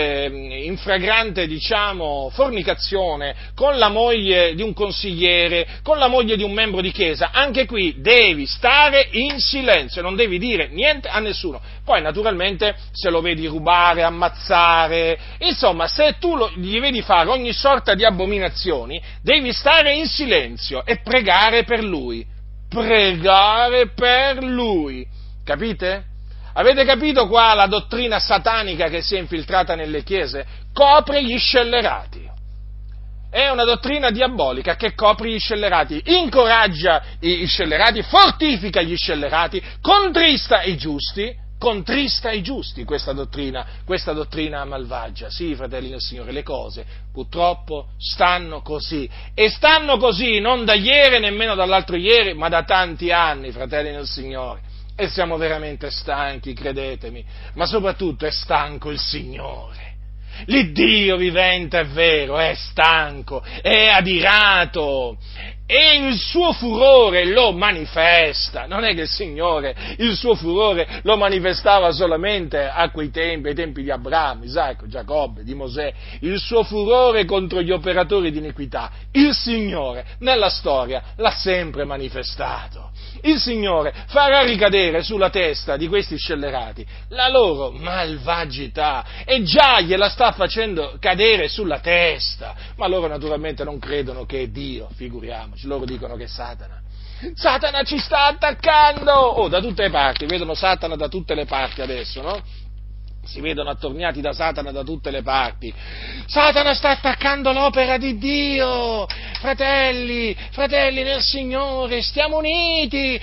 fornicazione con la moglie di un consigliere, con la moglie di un membro di chiesa, anche qui devi stare in silenzio, non devi dire niente a nessuno. Poi naturalmente se lo vedi rubare, ammazzare, insomma, se tu gli vedi fare ogni sorta di abominazioni, devi stare in silenzio e pregare per lui. Pregare per lui, capite? Avete capito qua la dottrina satanica che si è infiltrata nelle chiese? Copre gli scellerati. È una dottrina diabolica che copre gli scellerati, incoraggia gli scellerati, fortifica gli scellerati, contrista i giusti questa dottrina malvagia. Sì, fratelli del Signore, le cose purtroppo stanno così, e stanno così non da ieri, nemmeno dall'altro ieri, ma da tanti anni, fratelli del Signore, e siamo veramente stanchi, credetemi, ma soprattutto è stanco il Signore. L'Iddio vivente è vero, è stanco, è adirato, e il suo furore lo manifesta. Non è che il Signore il suo furore lo manifestava solamente a quei tempi, ai tempi di Abramo, Isacco, Giacobbe, di Mosè. Il suo furore contro gli operatori di iniquità, il Signore nella storia l'ha sempre manifestato. Il Signore farà ricadere sulla testa di questi scellerati la loro malvagità, e già gliela sta facendo cadere sulla testa, ma loro naturalmente non credono che è Dio, figuriamoci, loro dicono che è Satana. Satana ci sta attaccando! Da tutte le parti, vedono Satana da tutte le parti adesso, no? Si vedono attorniati da Satana da tutte le parti. Satana sta attaccando l'opera di Dio! Fratelli nel Signore, stiamo uniti,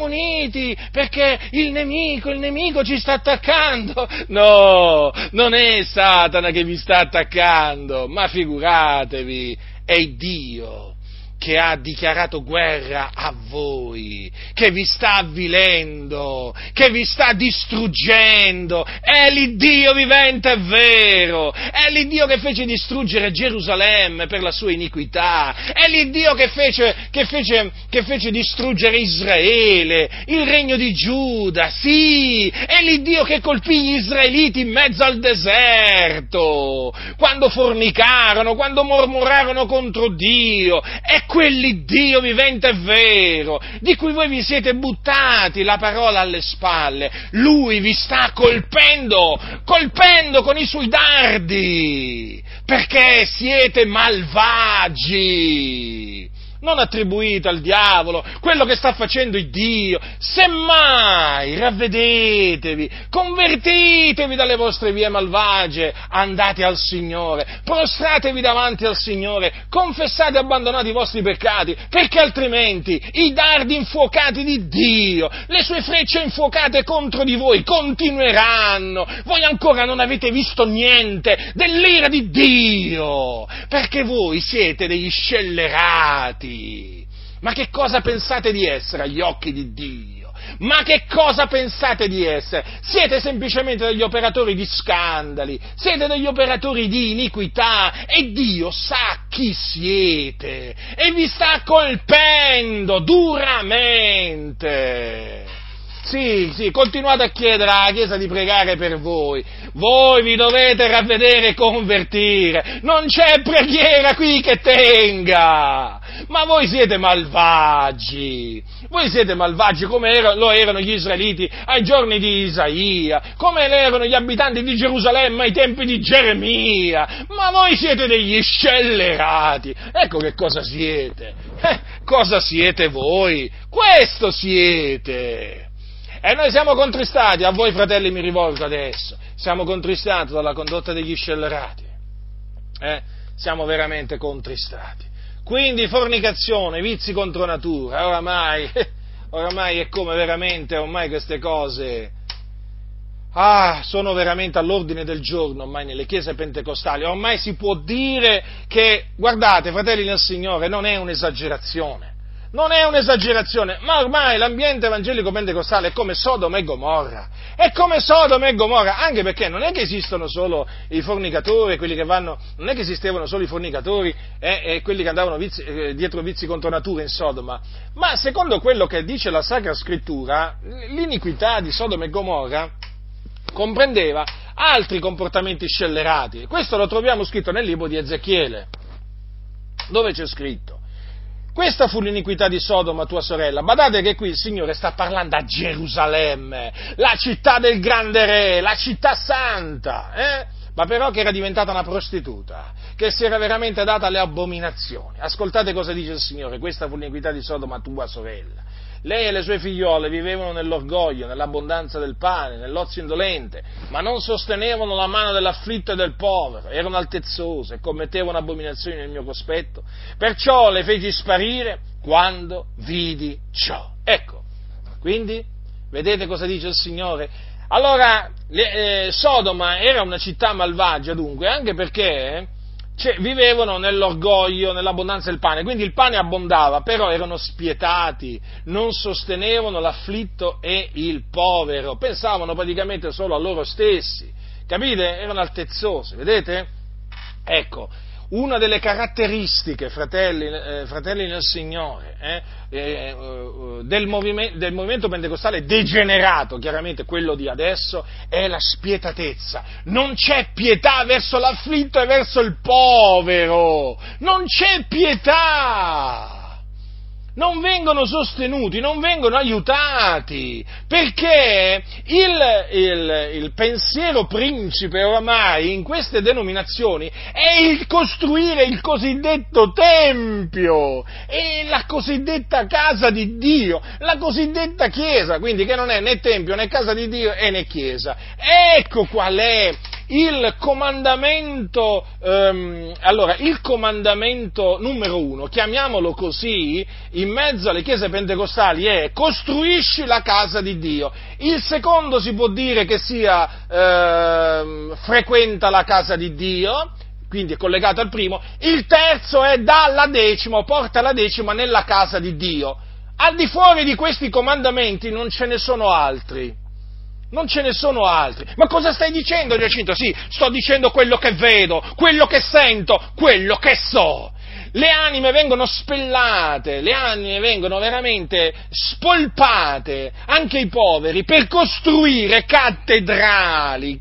perché il nemico ci sta attaccando. No, non è Satana che vi sta attaccando, ma figuratevi, è Dio che ha dichiarato guerra a voi, che vi sta avvilendo, che vi sta distruggendo. È l'Iddio vivente, è vero, è l'Iddio che fece distruggere Gerusalemme per la sua iniquità, è l'Iddio che fece distruggere Israele, il regno di Giuda, sì, è l'Iddio che colpì gli israeliti in mezzo al deserto, quando fornicarono, quando mormorarono contro Dio. È quell'Iddio vivente e vero, di cui voi vi siete buttati la parola alle spalle. Lui vi sta colpendo con i suoi dardi, perché siete malvagi. non attribuite al diavolo quello che sta facendo il Dio, semmai ravvedetevi, convertitevi dalle vostre vie malvagie, andate al Signore, prostratevi davanti al Signore, confessate e abbandonate i vostri peccati, perché altrimenti i dardi infuocati di Dio, le sue frecce infuocate contro di voi continueranno, voi ancora non avete visto niente dell'ira di Dio, perché voi siete degli scellerati. Ma che cosa pensate di essere agli occhi di Dio? Ma che cosa pensate di essere? Siete semplicemente degli operatori di scandali, siete degli operatori di iniquità e Dio sa chi siete e vi sta colpendo duramente. Sì, continuate a chiedere alla Chiesa di pregare per voi. Voi vi dovete ravvedere e convertire. Non c'è preghiera qui che tenga. Ma voi siete malvagi. Voi siete malvagi come lo erano gli israeliti ai giorni di Isaia, come lo erano gli abitanti di Gerusalemme ai tempi di Geremia. Ma voi siete degli scellerati. Ecco che cosa siete. Cosa siete voi? Questo siete. E noi siamo contristati, a voi fratelli mi rivolgo adesso, siamo contristati dalla condotta degli scellerati, siamo veramente contristati. Quindi fornicazione, vizi contro natura, oramai è come veramente, ormai queste cose, sono veramente all'ordine del giorno ormai nelle chiese pentecostali, ormai si può dire che, guardate fratelli nel Signore, non è un'esagerazione, ma ormai l'ambiente evangelico pentecostale è come Sodoma e Gomorra, anche perché non è che esistono solo i fornicatori, non è che esistevano solo i fornicatori e quelli che andavano dietro vizi contro natura in Sodoma, ma secondo quello che dice la Sacra Scrittura, l'iniquità di Sodoma e Gomorra comprendeva altri comportamenti scellerati. Questo lo troviamo scritto nel libro di Ezechiele, dove c'è scritto: questa fu l'iniquità di Sodoma, tua sorella. Badate che qui il Signore sta parlando a Gerusalemme, la città del grande re, la città santa, ma però che era diventata una prostituta, che si era veramente data alle abominazioni. Ascoltate cosa dice il Signore: questa fu l'iniquità di Sodoma, tua sorella. Lei e le sue figliole vivevano nell'orgoglio, nell'abbondanza del pane, nell'ozio indolente, ma non sostenevano la mano dell'afflitto e del povero, erano altezzose e commettevano abominazioni nel mio cospetto, perciò le feci sparire quando vidi ciò. Ecco, quindi, vedete cosa dice il Signore? Allora, Sodoma era una città malvagia dunque, anche perché vivevano nell'orgoglio, nell'abbondanza del pane, quindi il pane abbondava, però erano spietati, non sostenevano l'afflitto e il povero, pensavano praticamente solo a loro stessi, capite? Erano altezzose, vedete? Ecco, una delle caratteristiche, fratelli nel Signore, del movimento pentecostale degenerato, chiaramente quello di adesso, è la spietatezza. Non c'è pietà verso l'afflitto e verso il povero, non c'è pietà. Non vengono sostenuti, non vengono aiutati, perché il pensiero principe oramai in queste denominazioni è il costruire il cosiddetto tempio e la cosiddetta casa di Dio, la cosiddetta chiesa, quindi che non è né tempio né casa di Dio e né chiesa. Ecco qual è il comandamento, il comandamento numero 1, chiamiamolo così, in mezzo alle chiese pentecostali è: costruisci la casa di Dio. Il secondo si può dire che sia frequenta la casa di Dio, quindi è collegato al primo. Il terzo è dà la decima, porta la decima nella casa di Dio. Al di fuori di questi comandamenti non ce ne sono altri. Non ce ne sono altri. Ma cosa stai dicendo, Giacinto? Sì, sto dicendo quello che vedo, quello che sento, quello che so. Le anime vengono spellate, le anime vengono veramente spolpate, anche i poveri, per costruire cattedrali,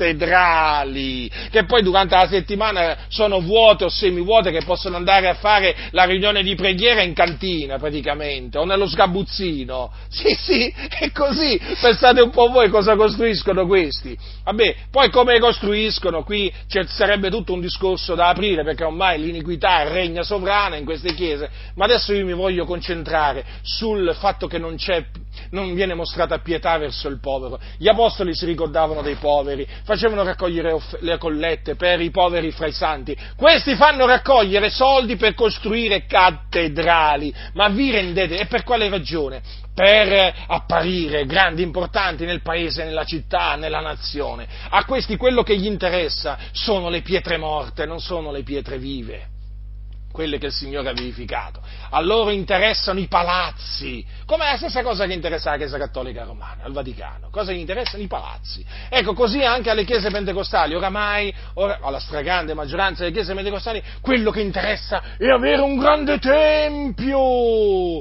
che poi durante la settimana sono vuote o semivuote, che possono andare a fare la riunione di preghiera in cantina praticamente, o nello sgabuzzino. Sì, è così. Pensate un po' voi cosa costruiscono questi. Vabbè, poi come costruiscono qui sarebbe tutto un discorso da aprire, perché ormai l'iniquità regna regna sovrana in queste chiese, ma adesso io mi voglio concentrare sul fatto che non viene mostrata pietà verso il povero. Gli apostoli si ricordavano dei poveri, facevano raccogliere le collette per i poveri fra i santi. Questi fanno raccogliere soldi per costruire cattedrali, ma vi rendete, e per quale ragione? Per apparire grandi, importanti nel paese, nella città, nella nazione. A questi quello che gli interessa sono le pietre morte, non sono le pietre vive, quelle che il Signore ha vivificato. A loro interessano i palazzi, come la stessa cosa che interessa alla Chiesa Cattolica Romana, al Vaticano. Cosa gli interessano? I palazzi. Ecco, così anche alle chiese pentecostali, oramai, alla stragrande maggioranza delle chiese pentecostali, quello che interessa è avere un grande tempio,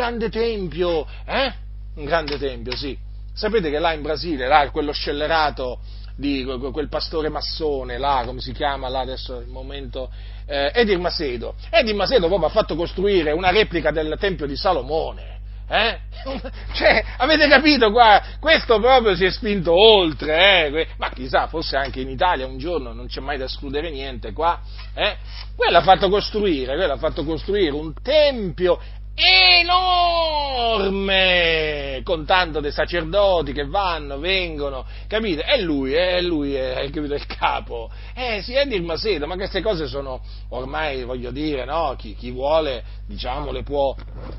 sì. Sapete che là in Brasile, là quello scellerato di quel pastore massone, là, come si chiama, là adesso il momento, Edir Macedo proprio ha fatto costruire una replica del Tempio di Salomone, Cioè, avete capito qua? Questo proprio si è spinto oltre, ma chissà, forse anche in Italia un giorno, non c'è mai da escludere niente qua, Quello ha fatto costruire un tempio enorme, con tanto dei sacerdoti che vanno, vengono, capite? E lui è capito, il capo. Sì, Edir Macedo, ma queste cose sono ormai, voglio dire, no? Chi vuole, diciamo, le può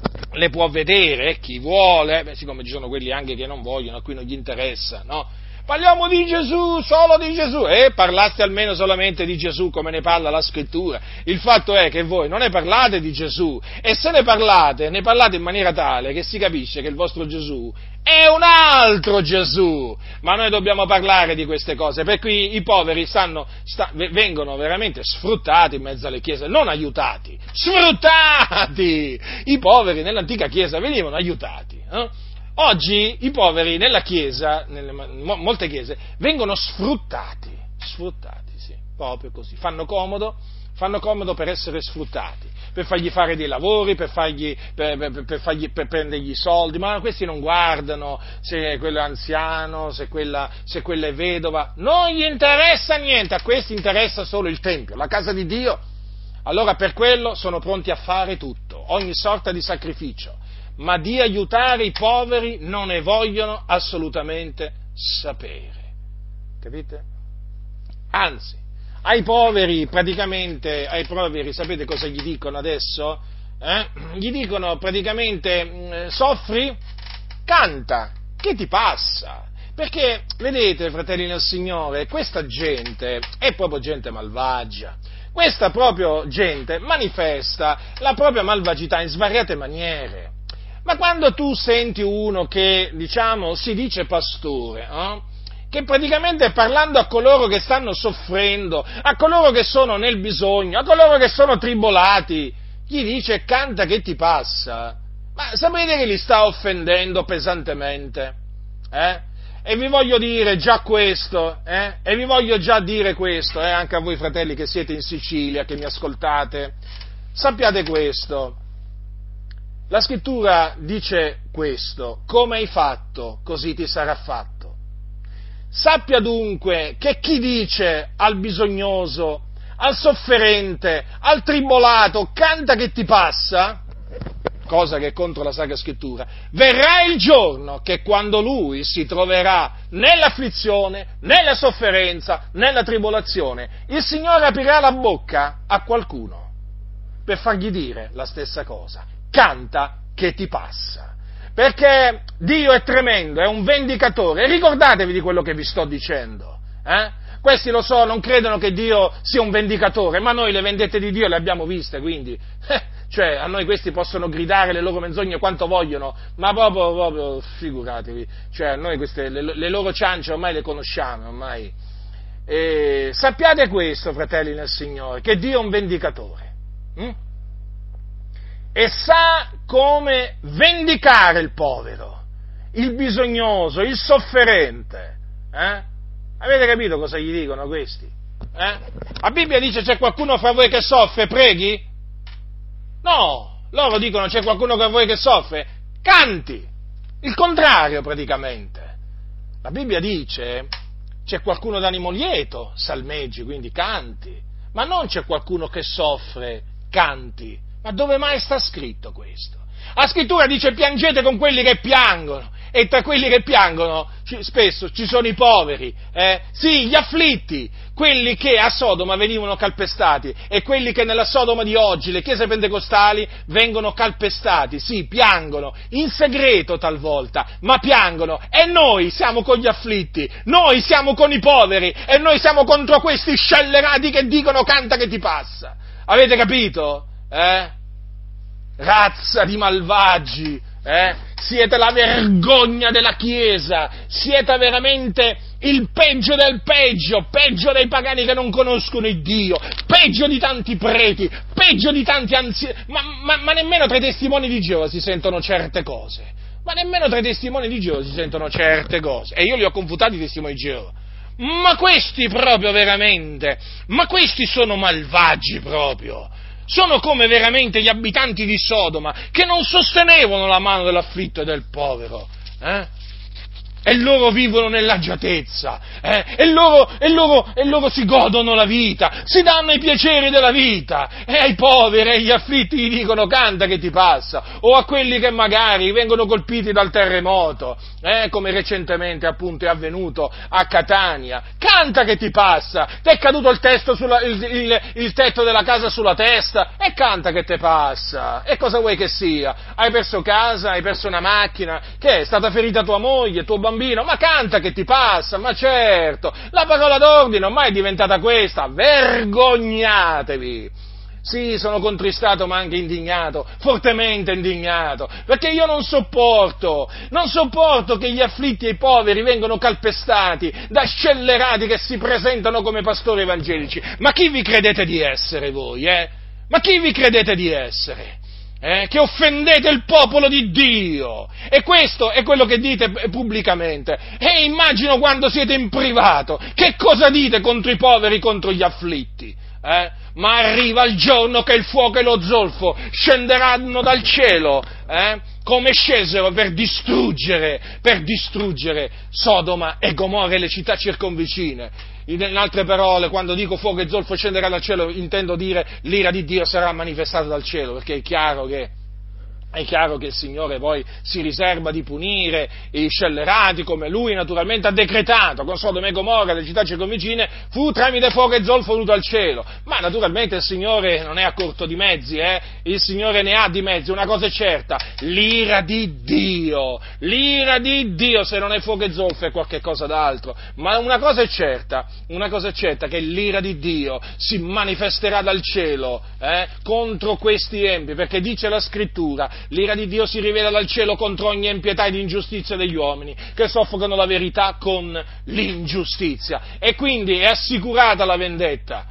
vedere, chi vuole, siccome ci sono quelli anche che non vogliono, a cui non gli interessa, no? Parliamo di Gesù, solo di Gesù, parlaste almeno solamente di Gesù come ne parla la Scrittura. Il fatto è che voi non ne parlate di Gesù, e se ne parlate in maniera tale che si capisce che il vostro Gesù è un altro Gesù. Ma noi dobbiamo parlare di queste cose, per cui i poveri vengono veramente sfruttati in mezzo alle chiese, non aiutati, sfruttati! I poveri nell'antica chiesa venivano aiutati, Oggi i poveri nella Chiesa, nelle molte chiese, vengono sfruttati, sì, proprio così, fanno comodo per essere sfruttati, per fargli fare dei lavori, per prendergli i soldi, ma questi non guardano se quello è anziano, se quella è vedova, non gli interessa niente, a questi interessa solo il Tempio, la casa di Dio. Allora per quello sono pronti a fare tutto, ogni sorta di sacrificio, ma di aiutare i poveri non ne vogliono assolutamente sapere, capite? Anzi, ai poveri sapete cosa gli dicono adesso? Gli dicono praticamente, soffri? Canta, che ti passa? Perché, vedete, fratelli nel Signore, questa gente è proprio gente malvagia. Questa proprio gente manifesta la propria malvagità in svariate maniere. Ma quando tu senti uno che, diciamo, si dice pastore, che praticamente parlando a coloro che stanno soffrendo, a coloro che sono nel bisogno, a coloro che sono tribolati, gli dice canta che ti passa, ma sapete che li sta offendendo pesantemente? E vi voglio dire già questo, e vi voglio già dire questo, anche a voi fratelli che siete in Sicilia, che mi ascoltate, sappiate questo. La Scrittura dice questo: come hai fatto, così ti sarà fatto. Sappia dunque che chi dice al bisognoso, al sofferente, al tribolato, canta che ti passa, cosa che è contro la Sacra Scrittura, verrà il giorno che quando lui si troverà nell'afflizione, nella sofferenza, nella tribolazione, il Signore aprirà la bocca a qualcuno per fargli dire la stessa cosa. Canta che ti passa, perché Dio è tremendo, è un vendicatore, e ricordatevi di quello che vi sto dicendo, Questi lo so, non credono che Dio sia un vendicatore, ma noi le vendette di Dio le abbiamo viste, quindi, cioè, a noi questi possono gridare le loro menzogne quanto vogliono, ma proprio figuratevi, cioè, a noi le loro ciance ormai le conosciamo, ormai. E sappiate questo, fratelli nel Signore, che Dio è un vendicatore, e sa come vendicare il povero, il bisognoso, il sofferente. Avete capito cosa gli dicono questi? La Bibbia dice c'è qualcuno fra voi che soffre, preghi? No, loro dicono c'è qualcuno fra voi che soffre, canti, il contrario praticamente. La Bibbia dice c'è qualcuno d'animo lieto, salmeggi, quindi canti, ma non c'è qualcuno che soffre, canti. Ma dove mai sta scritto questo? La scrittura dice piangete con quelli che piangono, e tra quelli che piangono spesso ci sono i poveri, sì, gli afflitti, quelli che a Sodoma venivano calpestati e quelli che nella Sodoma di oggi, le chiese pentecostali, vengono calpestati, sì, piangono, in segreto talvolta, ma piangono, e noi siamo con gli afflitti, noi siamo con i poveri, e noi siamo contro questi scellerati che dicono canta che ti passa, avete capito? Razza di malvagi, siete la vergogna della Chiesa, siete veramente il peggio del peggio dei pagani che non conoscono il Dio, peggio di tanti preti, peggio di tanti anziani, ma nemmeno tra i testimoni di Geova si sentono certe cose, e io li ho confutati i testimoni di Geova. Ma questi proprio veramente, ma questi sono malvagi proprio, sono come veramente gli abitanti di Sodoma, che non sostenevano la mano dell'afflitto e del povero, e loro vivono nell'agiatezza, e loro si godono la vita, si danno i piaceri della vita, e ai poveri e agli afflitti gli dicono canta che ti passa, o a quelli che magari vengono colpiti dal terremoto, come recentemente appunto è avvenuto a Catania, canta che ti passa, ti è caduto il tetto della casa sulla testa, e canta che ti passa, e cosa vuoi che sia? Hai perso casa, hai perso una macchina, che è stata ferita tua moglie, tuo bambino, ma canta che ti passa, ma certo, la parola d'ordine ormai è diventata questa, vergognatevi! Sì, sono contristato ma anche indignato, fortemente indignato, perché io non sopporto che gli afflitti e i poveri vengano calpestati da scellerati che si presentano come pastori evangelici. Ma chi vi credete di essere voi, Ma chi vi credete di essere? Che offendete il popolo di Dio, e questo è quello che dite pubblicamente, e immagino quando siete in privato, che cosa dite contro i poveri, contro gli afflitti, ma arriva il giorno che il fuoco e lo zolfo scenderanno dal cielo, come scesero per distruggere Sodoma e Gomorra e le città circonvicine. In altre parole, quando dico fuoco e zolfo scenderà dal cielo, intendo dire l'ira di Dio sarà manifestata dal cielo, perché è chiaro che il Signore poi si riserva di punire i scellerati come Lui naturalmente ha decretato con Sodoma e Gomorra, le città circonvicine, fu tramite fuoco e zolfo venuto al cielo. Ma naturalmente il Signore non è a corto di mezzi, il Signore ne ha di mezzi, una cosa è certa, l'ira di Dio, se non è fuoco e zolfo è qualche cosa d'altro, ma una cosa è certa, che l'ira di Dio si manifesterà dal cielo, contro questi empi, perché dice la Scrittura, l'ira di Dio si rivela dal cielo contro ogni impietà ed ingiustizia degli uomini, che soffocano la verità con l'ingiustizia. E quindi è assicurata la vendetta.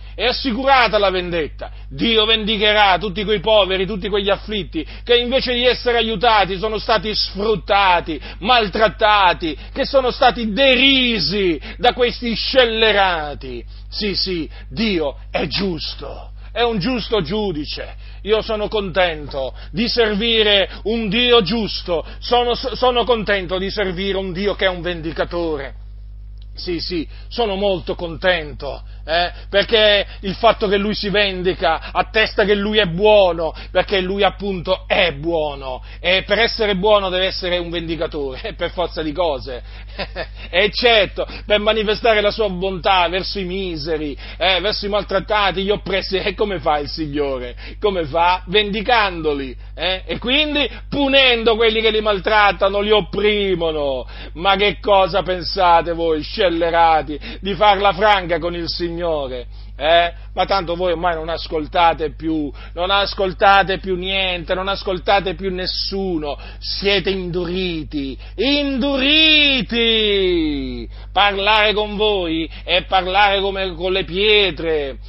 Dio vendicherà tutti quei poveri, tutti quegli afflitti, che invece di essere aiutati sono stati sfruttati, maltrattati, che sono stati derisi da questi scellerati. Sì, Dio è giusto. È un giusto giudice. Io sono contento di servire un Dio giusto, sono contento di servire un Dio che è un vendicatore. Sì, sono molto contento, perché il fatto che Lui si vendica attesta che Lui è buono, perché Lui appunto è buono, e per essere buono deve essere un vendicatore, per forza di cose, e certo, per manifestare la sua bontà verso i miseri, verso i maltrattati, gli oppressi, e come fa il Signore? Come fa? Vendicandoli, e quindi punendo quelli che li maltrattano, li opprimono. Ma che cosa pensate voi, scellerati, di farla franca con il Signore? Ma tanto voi ormai non ascoltate più niente, non ascoltate più nessuno, siete induriti, parlare con voi è parlare come con le pietre,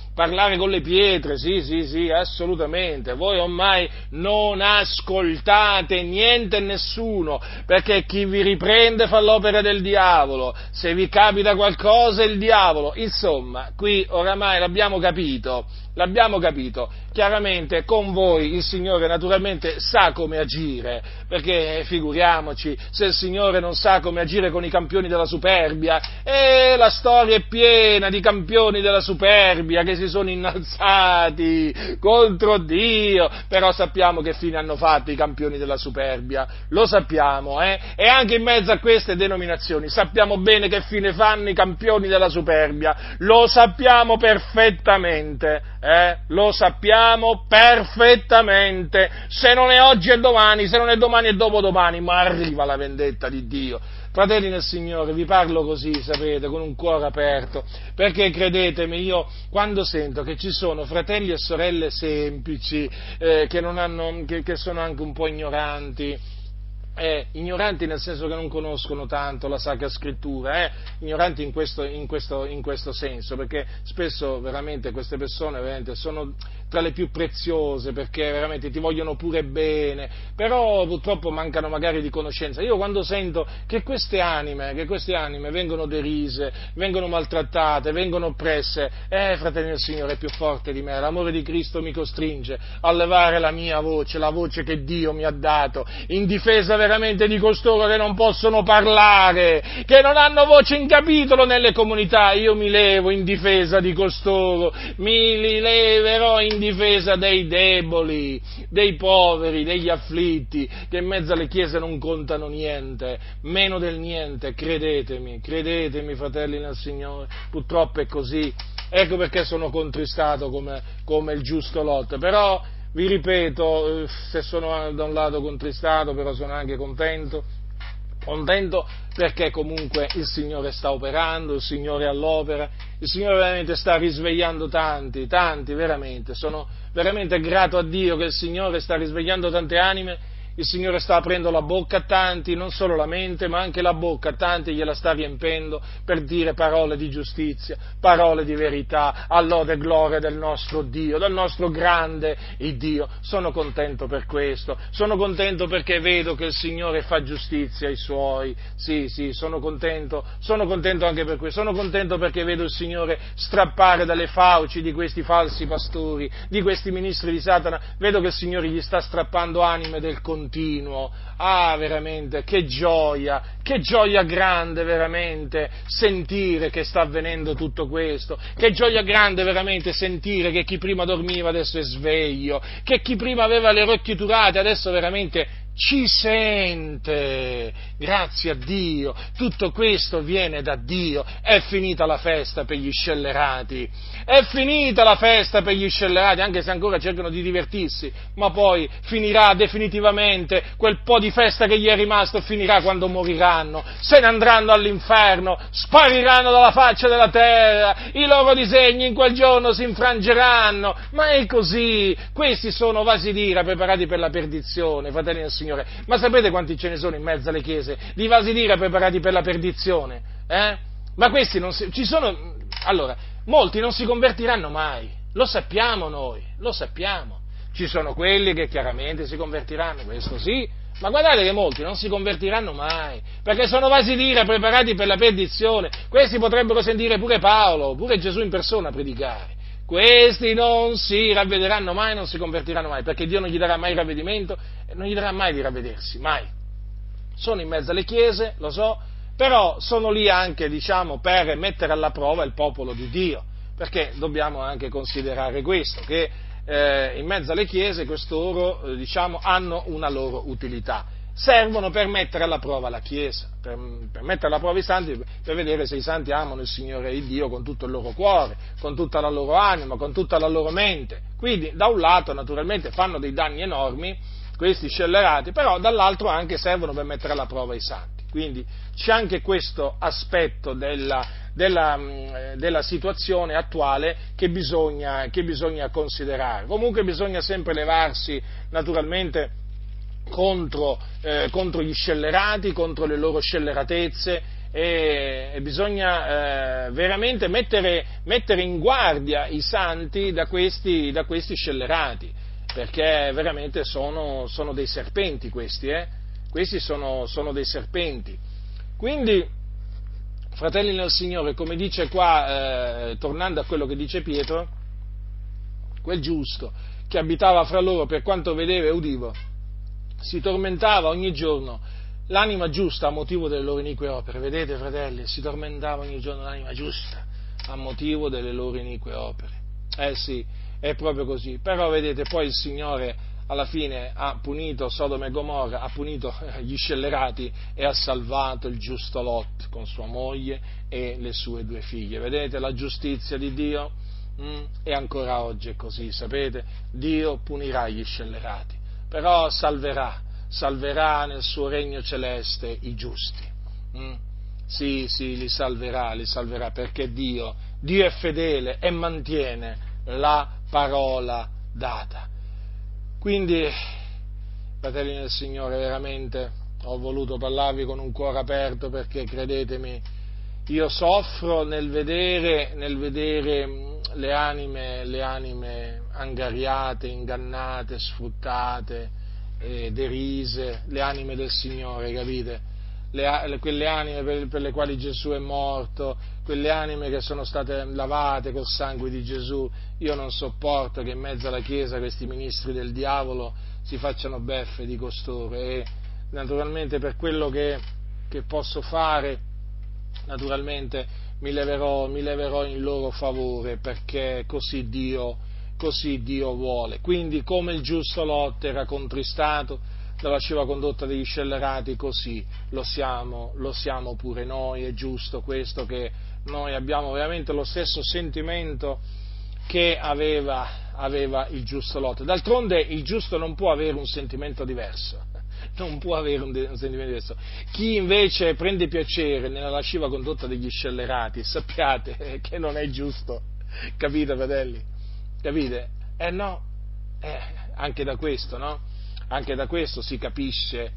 sì, assolutamente, voi ormai non ascoltate niente e nessuno, perché chi vi riprende fa l'opera del diavolo, se vi capita qualcosa è il diavolo, insomma, qui oramai l'abbiamo capito, chiaramente con voi il Signore naturalmente sa come agire, perché figuriamoci, se il Signore non sa come agire con i campioni della superbia, la storia è piena di campioni della superbia che si sono innalzati contro Dio, però sappiamo che fine hanno fatto i campioni della superbia, lo sappiamo, e anche in mezzo a queste denominazioni sappiamo bene che fine fanno i campioni della superbia, lo sappiamo perfettamente, lo sappiamo perfettamente, se non è oggi è domani, se non è domani è dopodomani, ma arriva la vendetta di Dio. Fratelli nel Signore, vi parlo così, sapete, con un cuore aperto, perché credetemi, io quando sento che ci sono fratelli e sorelle semplici, che sono anche un po' ignoranti, ignoranti nel senso che non conoscono tanto la Sacra Scrittura, ignoranti in questo senso, perché spesso veramente queste persone veramente sono tra le più preziose, perché veramente ti vogliono pure bene, però purtroppo mancano magari di conoscenza. Io quando sento che queste anime vengono derise, vengono maltrattate, vengono oppresse, fratelli del Signore, è più forte di me, l'amore di Cristo mi costringe a levare la mia voce, la voce che Dio mi ha dato, in difesa veramente di costoro che non possono parlare, che non hanno voce in capitolo nelle comunità. Io mi levo in difesa di costoro, mi leverò in difesa dei deboli, dei poveri, degli afflitti, che in mezzo alle chiese non contano niente, meno del niente, credetemi, fratelli nel Signore, purtroppo è così. Ecco perché sono contristato come il giusto Lot, però vi ripeto, se sono da un lato contristato, però sono anche contento perché comunque il Signore sta operando, il Signore è all'opera, il Signore veramente sta risvegliando tanti, veramente, sono veramente grato a Dio che il Signore sta risvegliando tante anime, il Signore sta aprendo la bocca a tanti, non solo la mente, ma anche la bocca a tanti gliela sta riempendo per dire parole di giustizia, parole di verità, all'ode e gloria del nostro Dio, del nostro grande Dio. Sono contento per questo, sono contento perché vedo che il Signore fa giustizia ai Suoi, sì, sono contento anche per questo, sono contento perché vedo il Signore strappare dalle fauci di questi falsi pastori, di questi ministri di Satana, vedo che il Signore gli sta strappando anime del continuo. Veramente, che gioia grande veramente sentire che sta avvenendo tutto questo, che gioia grande veramente sentire che chi prima dormiva adesso è sveglio, che chi prima aveva le orecchie turate adesso veramente ci sente, grazie a Dio, tutto questo viene da Dio, è finita la festa per gli scellerati, anche se ancora cercano di divertirsi, ma poi finirà definitivamente, quel po' di festa che gli è rimasto finirà quando moriranno, se ne andranno all'inferno, spariranno dalla faccia della terra, i loro disegni in quel giorno si infrangeranno, ma è così, questi sono vasi d'ira preparati per la perdizione, fratelli del Signore. Ma sapete quanti ce ne sono in mezzo alle chiese di vasi d'ira preparati per la perdizione? Ma questi allora, molti non si convertiranno mai, lo sappiamo noi, lo sappiamo. Ci sono quelli che chiaramente si convertiranno, questo sì, ma guardate che molti non si convertiranno mai, perché sono vasi d'ira preparati per la perdizione. Questi potrebbero sentire pure Paolo, pure Gesù in persona predicare. Questi non si ravvederanno mai, non si convertiranno mai, perché Dio non gli darà mai il ravvedimento e non gli darà mai di ravvedersi, mai. Sono in mezzo alle chiese, lo so, però sono lì anche, per mettere alla prova il popolo di Dio, perché dobbiamo anche considerare questo, che in mezzo alle chiese costoro, hanno una loro utilità. Servono per mettere alla prova la Chiesa, per mettere alla prova i santi, per vedere se i santi amano il Signore il Dio con tutto il loro cuore, con tutta la loro anima, con tutta la loro mente. Quindi, da un lato, naturalmente, fanno dei danni enormi, questi scellerati, però dall'altro anche servono per mettere alla prova i santi. Quindi c'è anche questo aspetto della situazione attuale che bisogna considerare. Comunque bisogna sempre levarsi, naturalmente, contro gli scellerati, contro le loro scelleratezze, e bisogna veramente mettere in guardia i santi da questi scellerati, perché veramente sono dei serpenti questi sono dei serpenti. Quindi, fratelli nel Signore, come dice qua, tornando a quello che dice Pietro, quel giusto che abitava fra loro, per quanto vedeva e udiva, si tormentava ogni giorno l'anima giusta a motivo delle loro inique opere. Vedete, fratelli, si tormentava ogni giorno l'anima giusta a motivo delle loro inique opere. Sì, è proprio così. Però vedete, poi il Signore alla fine ha punito Sodoma e Gomorra, ha punito gli scellerati e ha salvato il giusto Lot con sua moglie e le sue 2 figlie. Vedete la giustizia di Dio? E ancora oggi è così, sapete? Dio punirà gli scellerati, però salverà nel suo regno celeste i giusti. Sì, li salverà, perché Dio è fedele e mantiene la parola data. Quindi, fratelli del Signore, veramente ho voluto parlarvi con un cuore aperto, perché credetemi, io soffro nel vedere le anime angariate, ingannate, sfruttate, derise, le anime del Signore, capite? Quelle anime per le quali Gesù è morto, quelle anime che sono state lavate col sangue di Gesù. Io non sopporto che in mezzo alla Chiesa questi ministri del diavolo si facciano beffe di costoro, e naturalmente per quello che posso fare, naturalmente mi leverò in loro favore, perché così Dio vuole. Quindi, come il giusto Lot era contristato dalla lasciva condotta degli scellerati, così lo siamo pure noi. È giusto questo, che noi abbiamo veramente lo stesso sentimento che aveva il giusto Lot. D'altronde il giusto non può avere un sentimento diverso. Non può avere un sentimento diverso. Chi invece prende piacere nella lasciva condotta degli scellerati, sappiate che non è giusto. Capite, fratelli? Capite? No. Anche da questo, no? Anche da questo si capisce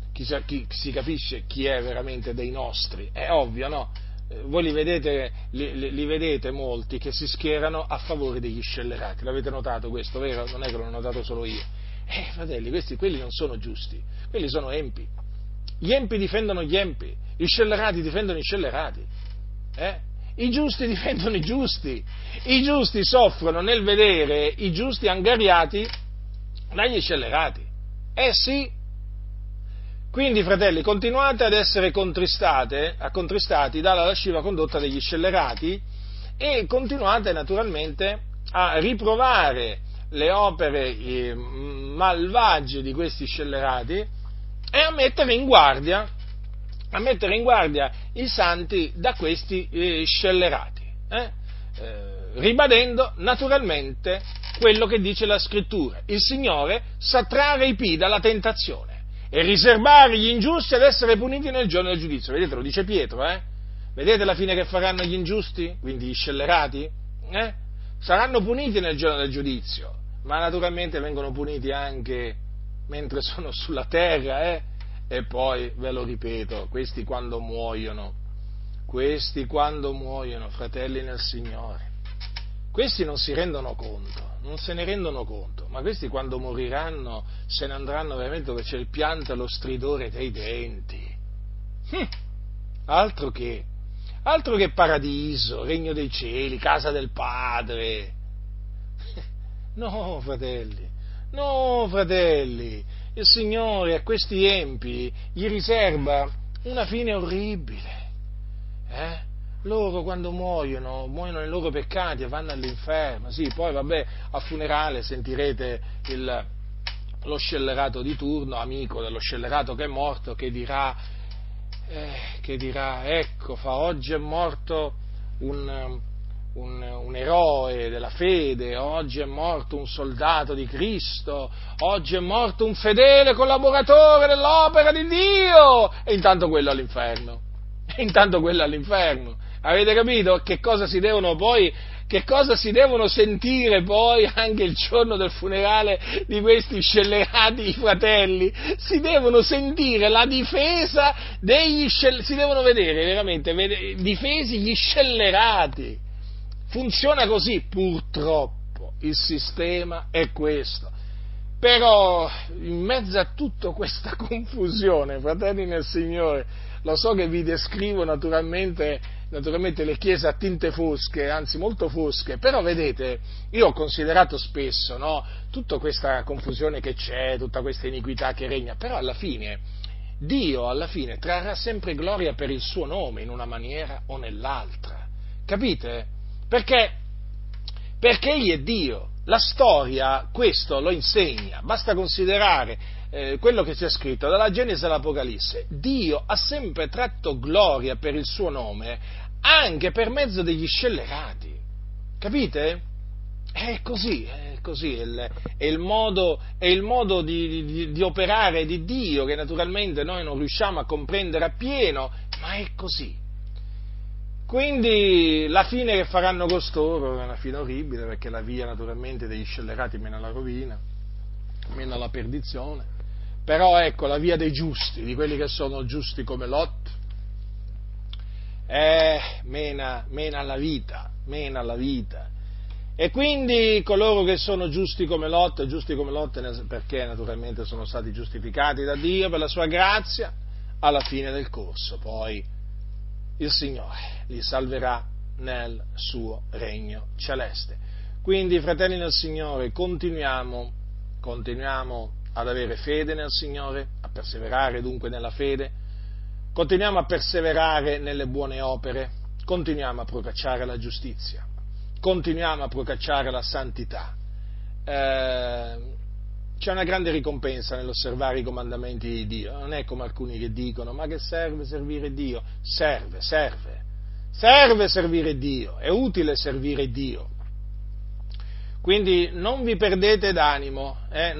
chi è veramente dei nostri. È ovvio, no? Voi li vedete molti che si schierano a favore degli scellerati. L'avete notato questo, vero? Non è che l'ho notato solo io. Fratelli, quelli non sono giusti, quelli sono empi. Gli empi difendono gli empi, gli scellerati difendono i scellerati. I giusti difendono i giusti. I giusti soffrono nel vedere i giusti angariati dagli scellerati. Sì. Quindi, fratelli, continuate ad essere contristati dalla lasciva condotta degli scellerati, e continuate naturalmente a riprovare le opere malvagie di questi scellerati, e a mettere in guardia i santi da questi scellerati, ribadendo naturalmente quello che dice la Scrittura: il Signore sa trarre i pii dalla tentazione e riservare gli ingiusti ad essere puniti nel giorno del giudizio. Vedete, lo dice Pietro, Vedete la fine che faranno gli ingiusti, quindi gli scellerati? Saranno puniti nel giorno del giudizio, ma naturalmente vengono puniti anche mentre sono sulla terra, E poi, ve lo ripeto, questi quando muoiono, fratelli nel Signore, questi non si rendono conto, non se ne rendono conto, ma questi quando moriranno se ne andranno veramente dove c'è il pianto e lo stridore dei denti. Altro che paradiso, regno dei cieli, casa del Padre. No, fratelli, il Signore a questi empi gli riserva una fine orribile. Loro quando muoiono nei loro peccati e vanno all'inferno. Sì, poi vabbè, a funerale sentirete lo scellerato di turno, amico dello scellerato che è morto, che dirà, ecco, oggi è morto un eroe della fede, oggi è morto un soldato di Cristo, oggi è morto un fedele collaboratore dell'opera di Dio, e intanto quello all'inferno. Avete capito che cosa si devono sentire poi anche il giorno del funerale di questi scellerati fratelli? Si devono sentire la difesa si devono vedere veramente difesi gli scellerati. Funziona così, purtroppo, il sistema è questo. Però, in mezzo a tutta questa confusione, fratelli nel Signore, lo so che vi descrivo naturalmente le chiese a tinte fosche, anzi molto fosche, però vedete, io ho considerato spesso, no, tutta questa confusione che c'è, tutta questa iniquità che regna, però Dio alla fine trarrà sempre gloria per il suo nome in una maniera o nell'altra, capite? Perché perché Egli è Dio. La storia questo lo insegna, basta considerare quello che c'è scritto dalla Genesi all'Apocalisse. Dio ha sempre tratto gloria per il suo nome anche per mezzo degli scellerati, capite? È così, è il modo di operare di Dio che naturalmente noi non riusciamo a comprendere appieno, ma è così. Quindi la fine che faranno costoro è una fine orribile, perché la via naturalmente degli scellerati mena alla rovina, mena alla perdizione, però ecco la via dei giusti, di quelli che sono giusti come Lot, mena alla vita, e quindi coloro che sono giusti come Lot perché naturalmente sono stati giustificati da Dio per la sua grazia, alla fine del corso poi il Signore li salverà nel suo regno celeste. Quindi, fratelli nel Signore, continuiamo ad avere fede nel Signore, a perseverare dunque nella fede, continuiamo a perseverare nelle buone opere, continuiamo a procacciare la giustizia, continuiamo a procacciare la santità. C'è una grande ricompensa nell'osservare i comandamenti di Dio, non è come alcuni che dicono: ma che serve servire Dio? Serve servire Dio, è utile servire Dio. Quindi non vi perdete d'animo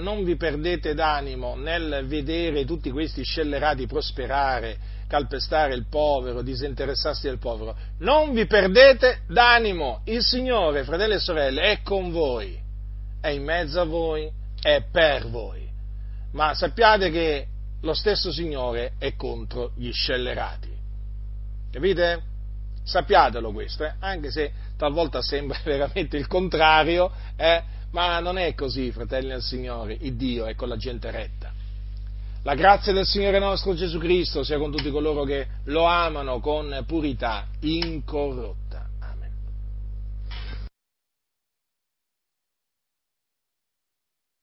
nel vedere tutti questi scellerati prosperare, calpestare il povero, disinteressarsi del povero. Non vi perdete d'animo, il Signore, fratelli e sorelle, è con voi, è in mezzo a voi, è per voi, ma sappiate che lo stesso Signore è contro gli scellerati, capite? Sappiatelo questo, anche se talvolta sembra veramente il contrario, ma non è così, fratelli del Signore, il Dio è con la gente retta. La grazia del Signore nostro Gesù Cristo sia con tutti coloro che lo amano con purità incorrotta.